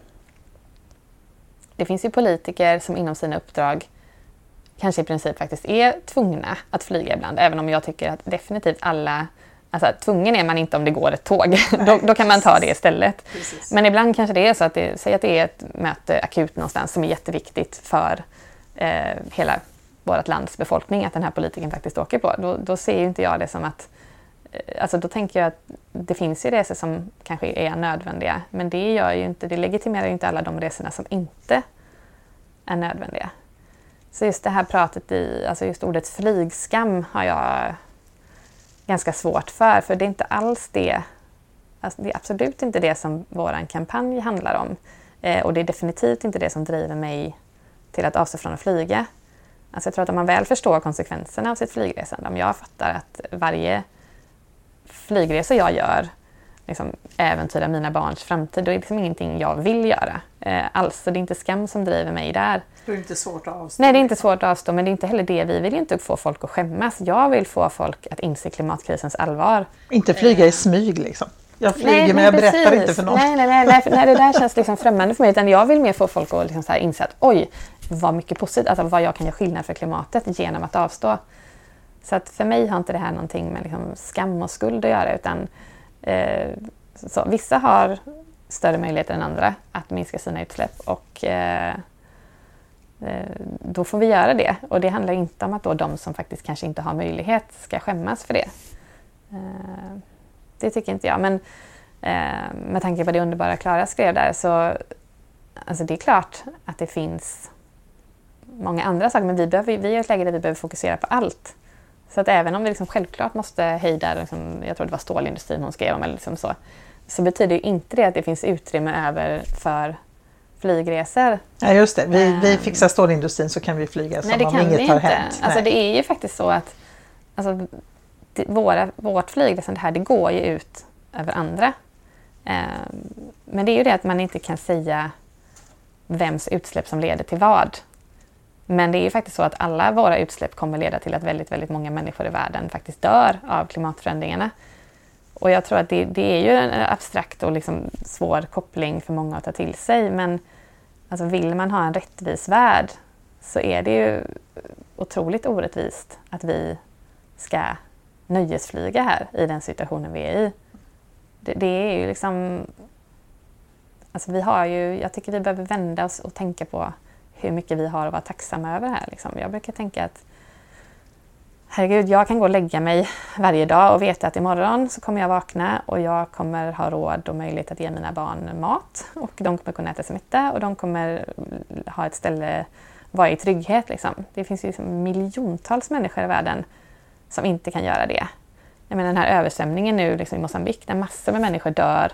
[SPEAKER 1] det finns ju politiker som inom sina uppdrag kanske i princip faktiskt är tvungna att flyga ibland. Även om jag tycker att definitivt alla... Alltså tvungen är man inte om det går ett tåg. Nej, då, då kan man ta det istället. Precis. Men ibland kanske det är så att det, säg att det är ett möte akut någonstans som är jätteviktigt för eh, hela vårt lands befolkning att den här politikern faktiskt åker på. Då, då ser ju inte jag det som att... Eh, alltså då tänker jag att det finns ju resor som kanske är nödvändiga. Men det gör ju inte, det legitimerar ju inte alla de resorna som inte är nödvändiga. Så just det här pratet i, alltså just ordet flygskam har jag ganska svårt för. För det är inte alls det, alltså det är absolut inte det som vår kampanj handlar om. Eh, och det är definitivt inte det som driver mig till att avstå från att flyga. Alltså jag tror att om man väl förstår konsekvenserna av sitt flygresande, om jag fattar att varje flygresa jag gör liksom äventyrar mina barns framtid, då är det liksom ingenting jag vill göra. Eh, alltså det är inte skam som driver mig där.
[SPEAKER 3] Det är inte svårt att avstå.
[SPEAKER 1] Nej, det är inte svårt att avstå, men det är inte heller det. Vi vill ju inte få folk att skämmas. Jag vill få folk att inse klimatkrisens allvar.
[SPEAKER 3] Inte flyga i smyg liksom. Jag flyger nej, men nej, jag precis. berättar inte för någon.
[SPEAKER 1] Nej, nej, nej, nej, nej det där känns liksom främmande för mig. Utan jag vill mer få folk att liksom så här inse att oj, vad mycket positivt, alltså vad jag kan göra skillnad för klimatet genom att avstå. Så att för mig har inte det här någonting med liksom skam och skuld att göra, utan eh, så, vissa har större möjligheter än andra att minska sina utsläpp, och eh, eh, då får vi göra det. Och det handlar inte om att då de som faktiskt kanske inte har möjlighet ska skämmas för det. Eh, det tycker inte jag, men eh, med tanke på det underbara Klara skrev där, så alltså det är klart att det finns många andra saker, men vi, behöver, vi är i ett läge där vi behöver fokusera på allt. Så att även om vi liksom självklart måste hejda, liksom, jag tror det var stålindustrin hon skrev om, eller liksom så, så betyder ju inte det att det finns utrymme över för flygresor.
[SPEAKER 3] Ja just det, vi, um, vi fixar stålindustrin så kan vi flyga som
[SPEAKER 1] nej, det
[SPEAKER 3] om
[SPEAKER 1] kan
[SPEAKER 3] inget
[SPEAKER 1] vi
[SPEAKER 3] har
[SPEAKER 1] inte.
[SPEAKER 3] hänt.
[SPEAKER 1] Alltså det är ju faktiskt så att alltså, det, våra, vårt flygresande här, det går ju ut över andra. Um, men det är ju det att man inte kan säga vems utsläpp som leder till vad. Men det är ju faktiskt så att alla våra utsläpp kommer leda till att väldigt, väldigt många människor i världen faktiskt dör av klimatförändringarna. Och jag tror att det, det är ju en abstrakt och liksom svår koppling för många att ta till sig. Men alltså vill man ha en rättvis värld så är det ju otroligt orättvist att vi ska nöjesflyga här i den situationen vi är i. Det, det är ju liksom... Alltså vi har ju, jag tycker vi behöver vända oss och tänka på hur mycket vi har att vara tacksamma över här. Liksom. Jag brukar tänka att herregud, jag kan gå och lägga mig varje dag och veta att imorgon så kommer jag vakna och jag kommer ha råd och möjlighet att ge mina barn mat. Och de kommer kunna äta sig mätta och de kommer ha ett ställe, vara i trygghet. Liksom. Det finns ju liksom miljontals människor i världen som inte kan göra det. Jag menar den här översvämningen nu liksom i Mozambique, där massor med människor dör.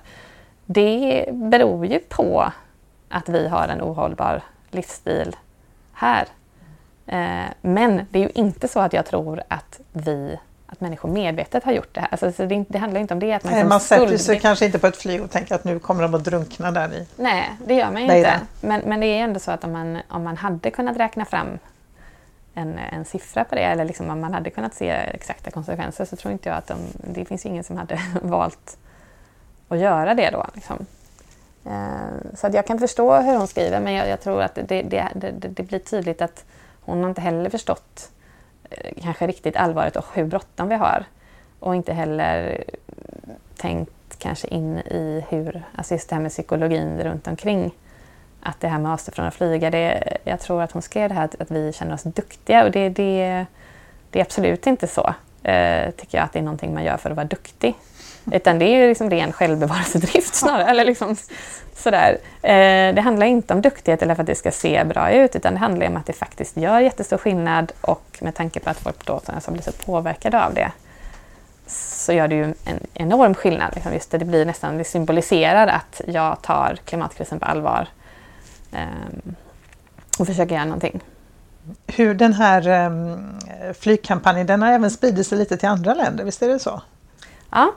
[SPEAKER 1] Det beror ju på att vi har en ohållbar livsstil här. Eh, men det är ju inte så att jag tror att vi, att människor medvetet har gjort det här. Alltså, så det, det handlar inte om det. Att man
[SPEAKER 3] Nej, man sätter sig kanske inte på ett flyg och tänker att nu kommer de att drunkna där i.
[SPEAKER 1] Nej, det gör man ju
[SPEAKER 3] Nej,
[SPEAKER 1] inte. Men, men det är ändå så att om man, om man hade kunnat räkna fram en, en siffra på det, eller liksom om man hade kunnat se exakta konsekvenser, så tror inte jag att de, det finns ingen som hade valt att göra det då. Liksom. Så att jag kan förstå hur hon skriver, men jag, jag tror att det, det, det, det blir tydligt att hon har inte heller förstått eh, kanske riktigt allvaret och hur bråttom vi har. Och inte heller tänkt kanske in i hur, alltså just det här med psykologin runt omkring. Att det här med avstå från att flyga, det, jag tror att hon skrev det här att, att vi känner oss duktiga, och det, det, det är absolut inte så. Eh, tycker jag att det är någonting man gör för att vara duktig. Utan det är ju liksom ren självbevarelsedrift snarare. Eller liksom sådär. Eh, det handlar inte om duktighet eller för att det ska se bra ut, utan det handlar om att det faktiskt gör jättestor skillnad, och med tanke på att folk då som blir så påverkade av det, så gör det ju en enorm skillnad. Liksom just det, det blir nästan, det symboliserar att jag tar klimatkrisen på allvar eh, och försöker göra någonting.
[SPEAKER 3] Hur den här um, flygkampanjen, den har även spridit sig lite till andra länder, visst är det så?
[SPEAKER 1] Ja.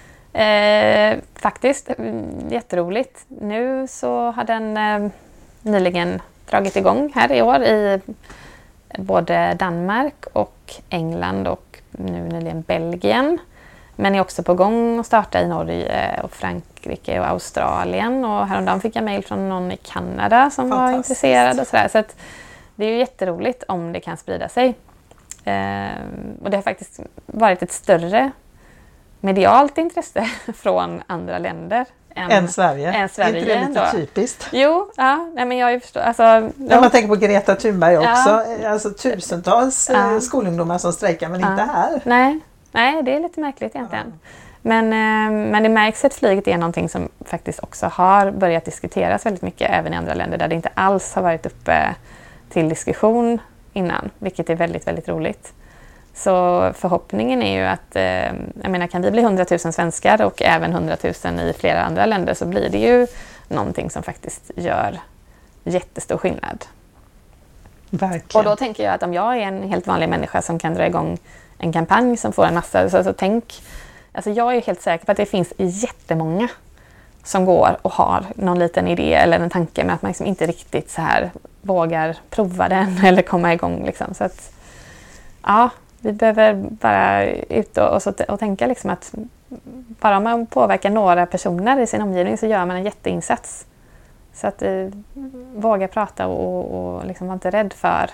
[SPEAKER 1] Eh, faktiskt, jätteroligt. Nu så har den eh, nyligen dragit igång här i år i både Danmark och England och nu nyligen Belgien. Men är också på gång att starta i Norge och Frankrike och Australien. Och häromdagen fick jag mejl från någon i Kanada som var intresserad och sådär. Så att det är ju jätteroligt om det kan sprida sig. Eh, och det har faktiskt varit ett större medialt intresse från andra länder än,
[SPEAKER 3] än Sverige.
[SPEAKER 1] Än Sverige.
[SPEAKER 3] Är inte det lite
[SPEAKER 1] då.
[SPEAKER 3] typiskt?
[SPEAKER 1] Jo, ja, nej, men jag förstår. Alltså,
[SPEAKER 3] ja, man tänker på Greta Thunberg också.
[SPEAKER 1] Ja.
[SPEAKER 3] Alltså tusentals ja. skolungdomar som strejkar, men ja. inte här.
[SPEAKER 1] Nej. nej, det är lite märkligt egentligen. Ja. Men, men det märks att flyget är någonting som faktiskt också har börjat diskuteras väldigt mycket även i andra länder där det inte alls har varit uppe till diskussion innan, vilket är väldigt, väldigt roligt. Så förhoppningen är ju att, eh, jag menar, kan vi bli hundratusen svenskar och även hundratusen i flera andra länder, så blir det ju någonting som faktiskt gör jättestor skillnad.
[SPEAKER 3] Verkligen.
[SPEAKER 1] Och då tänker jag att om jag är en helt vanlig människa som kan dra igång en kampanj som får en massa, så, så tänk, alltså jag är helt säker på att det finns jättemånga som går och har någon liten idé eller en tanke, men att man liksom inte riktigt så här vågar prova den eller komma igång liksom. Så att ja, vi behöver bara ut och, och, så, och tänka liksom att bara om man påverkar några personer i sin omgivning så gör man en jätteinsats. Så att eh, våga prata och, och liksom vara inte rädd för.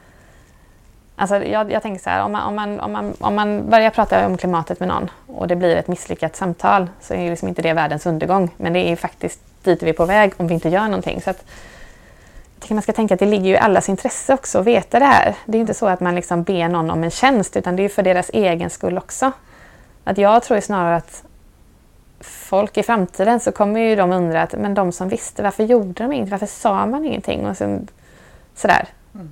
[SPEAKER 1] Alltså jag, jag tänker så här, om man, om, man, om, man, om man börjar prata om klimatet med någon och det blir ett misslyckat samtal, så är liksom inte det världens undergång. Men det är ju faktiskt dit vi är på väg om vi inte gör någonting. Så att jag tycker man ska tänka att det ligger ju i allas intresse också att veta det här. Det är inte så att man liksom ber någon om en tjänst, utan det är för deras egen skull också. Att jag tror snarare att folk i framtiden så kommer ju de undra att, men de som visste, varför gjorde de inget? Varför sa man ingenting? Och så, sådär. Mm.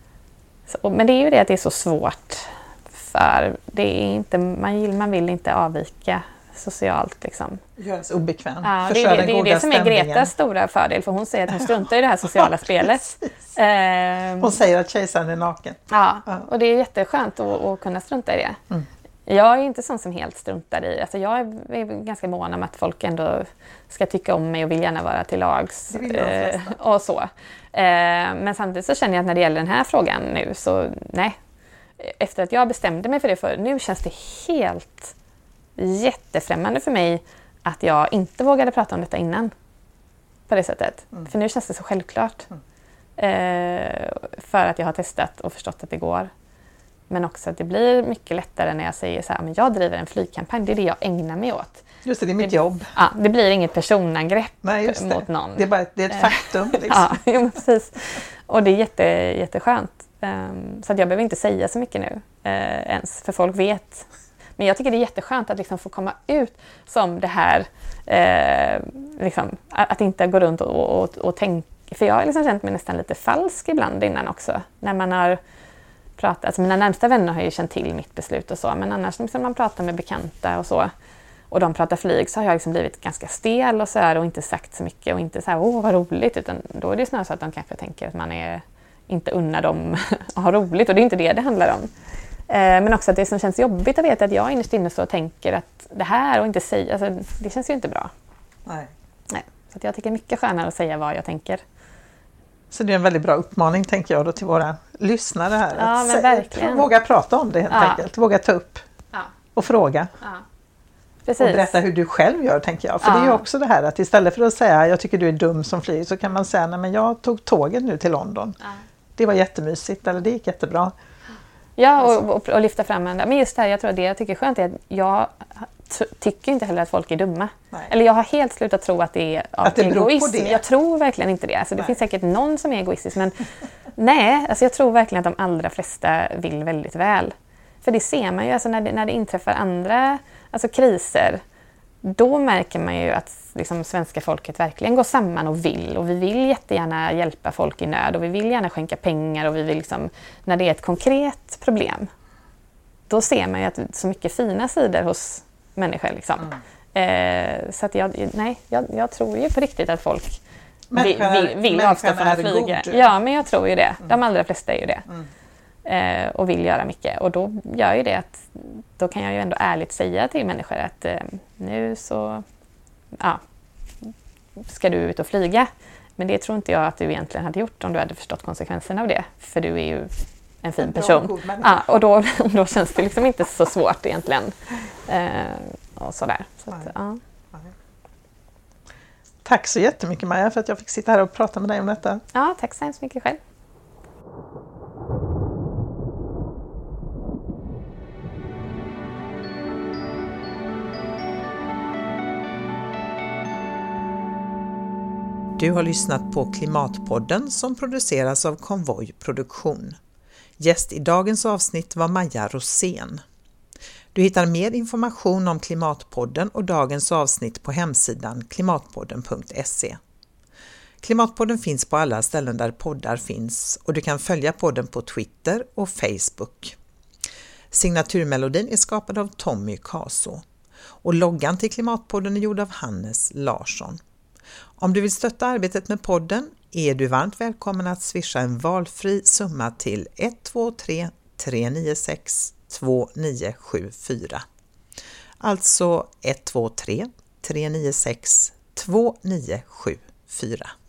[SPEAKER 1] Så, men det är ju det att det är så svårt. För det är inte, man, vill, man vill inte avvika socialt. Liksom.
[SPEAKER 3] Göras obekväm.
[SPEAKER 1] Ja, det är det, det, är det som är Gretas stora fördel. För hon säger att hon struntar i det här sociala spelet.
[SPEAKER 3] Eh, hon säger att kejsaren är naken.
[SPEAKER 1] Ja, ja. Och det är jätteskönt att, att kunna strunta i det. Mm. Jag är inte sån som helt struntar i. Alltså jag är, är ganska mån om att folk ändå ska tycka om mig och vill gärna vara till lags. Eh, och så. Eh, men samtidigt så känner jag att när det gäller den här frågan nu så nej. Efter att jag bestämde mig för det, för nu känns det helt jättefrämmande för mig att jag inte vågade prata om detta innan. På det sättet. Mm. För nu känns det så självklart. Mm. Eh, för att jag har testat och förstått att det går. Men också att det blir mycket lättare när jag säger så här, men jag driver en flygkampanj, det är det jag ägnar mig åt.
[SPEAKER 3] Just det, det är mitt
[SPEAKER 1] det,
[SPEAKER 3] jobb.
[SPEAKER 1] Ja, det blir inget personangrepp. Nej, just det. Mot någon.
[SPEAKER 3] Det är bara det är ett faktum. Liksom.
[SPEAKER 1] Ja, jo, precis. Och det är jätte, jätteskönt. Um, så att jag behöver inte säga så mycket nu uh, ens, för folk vet. Men jag tycker det är jätteskönt att liksom få komma ut som det här, uh, liksom, att inte gå runt och, och, och tänka. För jag har liksom känt mig nästan lite falsk ibland innan också. När man har pratat, alltså mina närmsta vänner har ju känt till mitt beslut och så. Men annars när man pratar med bekanta och så, och de pratar flyg, så har jag liksom blivit ganska stel och så här, och inte sagt så mycket och inte så här, åh vad roligt, utan då är det snarare så att de kanske tänker att man är inte unnar dem att ha roligt, och det är inte det det handlar om. Eh, men också att det som känns jobbigt att veta att jag innerst inne så tänker att det här och inte säga, alltså det känns ju inte bra.
[SPEAKER 3] Nej.
[SPEAKER 1] Nej. Så att jag tycker det är mycket skönare att säga vad jag tänker.
[SPEAKER 3] Så det är en väldigt bra uppmaning, tänker jag då, till våra lyssnare här.
[SPEAKER 1] Ja,
[SPEAKER 3] att
[SPEAKER 1] men
[SPEAKER 3] säga,
[SPEAKER 1] verkligen.
[SPEAKER 3] Våga prata om det helt
[SPEAKER 1] ja.
[SPEAKER 3] enkelt. Våga ta upp
[SPEAKER 1] ja.
[SPEAKER 3] och fråga.
[SPEAKER 1] Ja. Precis.
[SPEAKER 3] Och berätta hur du själv gör, tänker jag. För
[SPEAKER 1] ja.
[SPEAKER 3] det är ju också det här att istället för att säga jag tycker du är dum som flyger, så kan man säga nej men jag tog tåget nu till London. Ja. Det var jättemysigt, eller det gick jättebra.
[SPEAKER 1] Ja, och, och, och lyfta fram andra. Men just det här, jag tror att det jag tycker är skönt är att jag t- tycker inte heller att folk är dumma. Nej. Eller jag har helt slutat tro att det är av
[SPEAKER 3] att det
[SPEAKER 1] egoism.
[SPEAKER 3] Det.
[SPEAKER 1] Jag tror verkligen inte det. Alltså, det finns säkert någon som är egoistisk, men nej, alltså jag tror verkligen att de allra flesta vill väldigt väl. För det ser man ju, alltså när det, när det inträffar andra alltså kriser, då märker man ju att liksom, svenska folket verkligen går samman och vill. Och vi vill jättegärna hjälpa folk i nöd, och vi vill gärna skänka pengar, och vi vill liksom, när det är ett konkret problem, då ser man ju att så mycket fina sidor hos människor. Liksom. Mm. Eh, så att jag, nej, jag, jag tror ju på riktigt att folk
[SPEAKER 3] människan,
[SPEAKER 1] vill, vill avstå från att flyga. God. Ja, men jag tror ju det. Mm. De allra flesta är ju det. Mm. Eh, och vill göra mycket. Och då gör ju det att då kan jag ju ändå ärligt säga till människor att eh, nu så ja, ska du ut och flyga. Men det tror inte jag att du egentligen hade gjort om du hade förstått konsekvenserna av det. För du är ju en fin person. Ja, och då, då känns det liksom inte så svårt egentligen. Eh, och sådär. Så att, ja.
[SPEAKER 3] Tack så jättemycket, Maja, för att jag fick sitta här och prata med dig om detta.
[SPEAKER 1] Ja, tack så hemskt mycket själv.
[SPEAKER 2] Du har lyssnat på Klimatpodden som produceras av Konvoj Produktion. Gäst i dagens avsnitt var Maja Rosén. Du hittar mer information om Klimatpodden och dagens avsnitt på hemsidan klimatpodden punkt se. Klimatpodden finns på alla ställen där poddar finns, och du kan följa podden på Twitter och Facebook. Signaturmelodin är skapad av Tommy Kaso och loggan till Klimatpodden är gjord av Hannes Larsson. Om du vill stötta arbetet med podden är du varmt välkommen att swisha en valfri summa till ett två tre tre nio sex två nio sju fyra. Alltså ett två tre tre nio sex två nio sju fyra.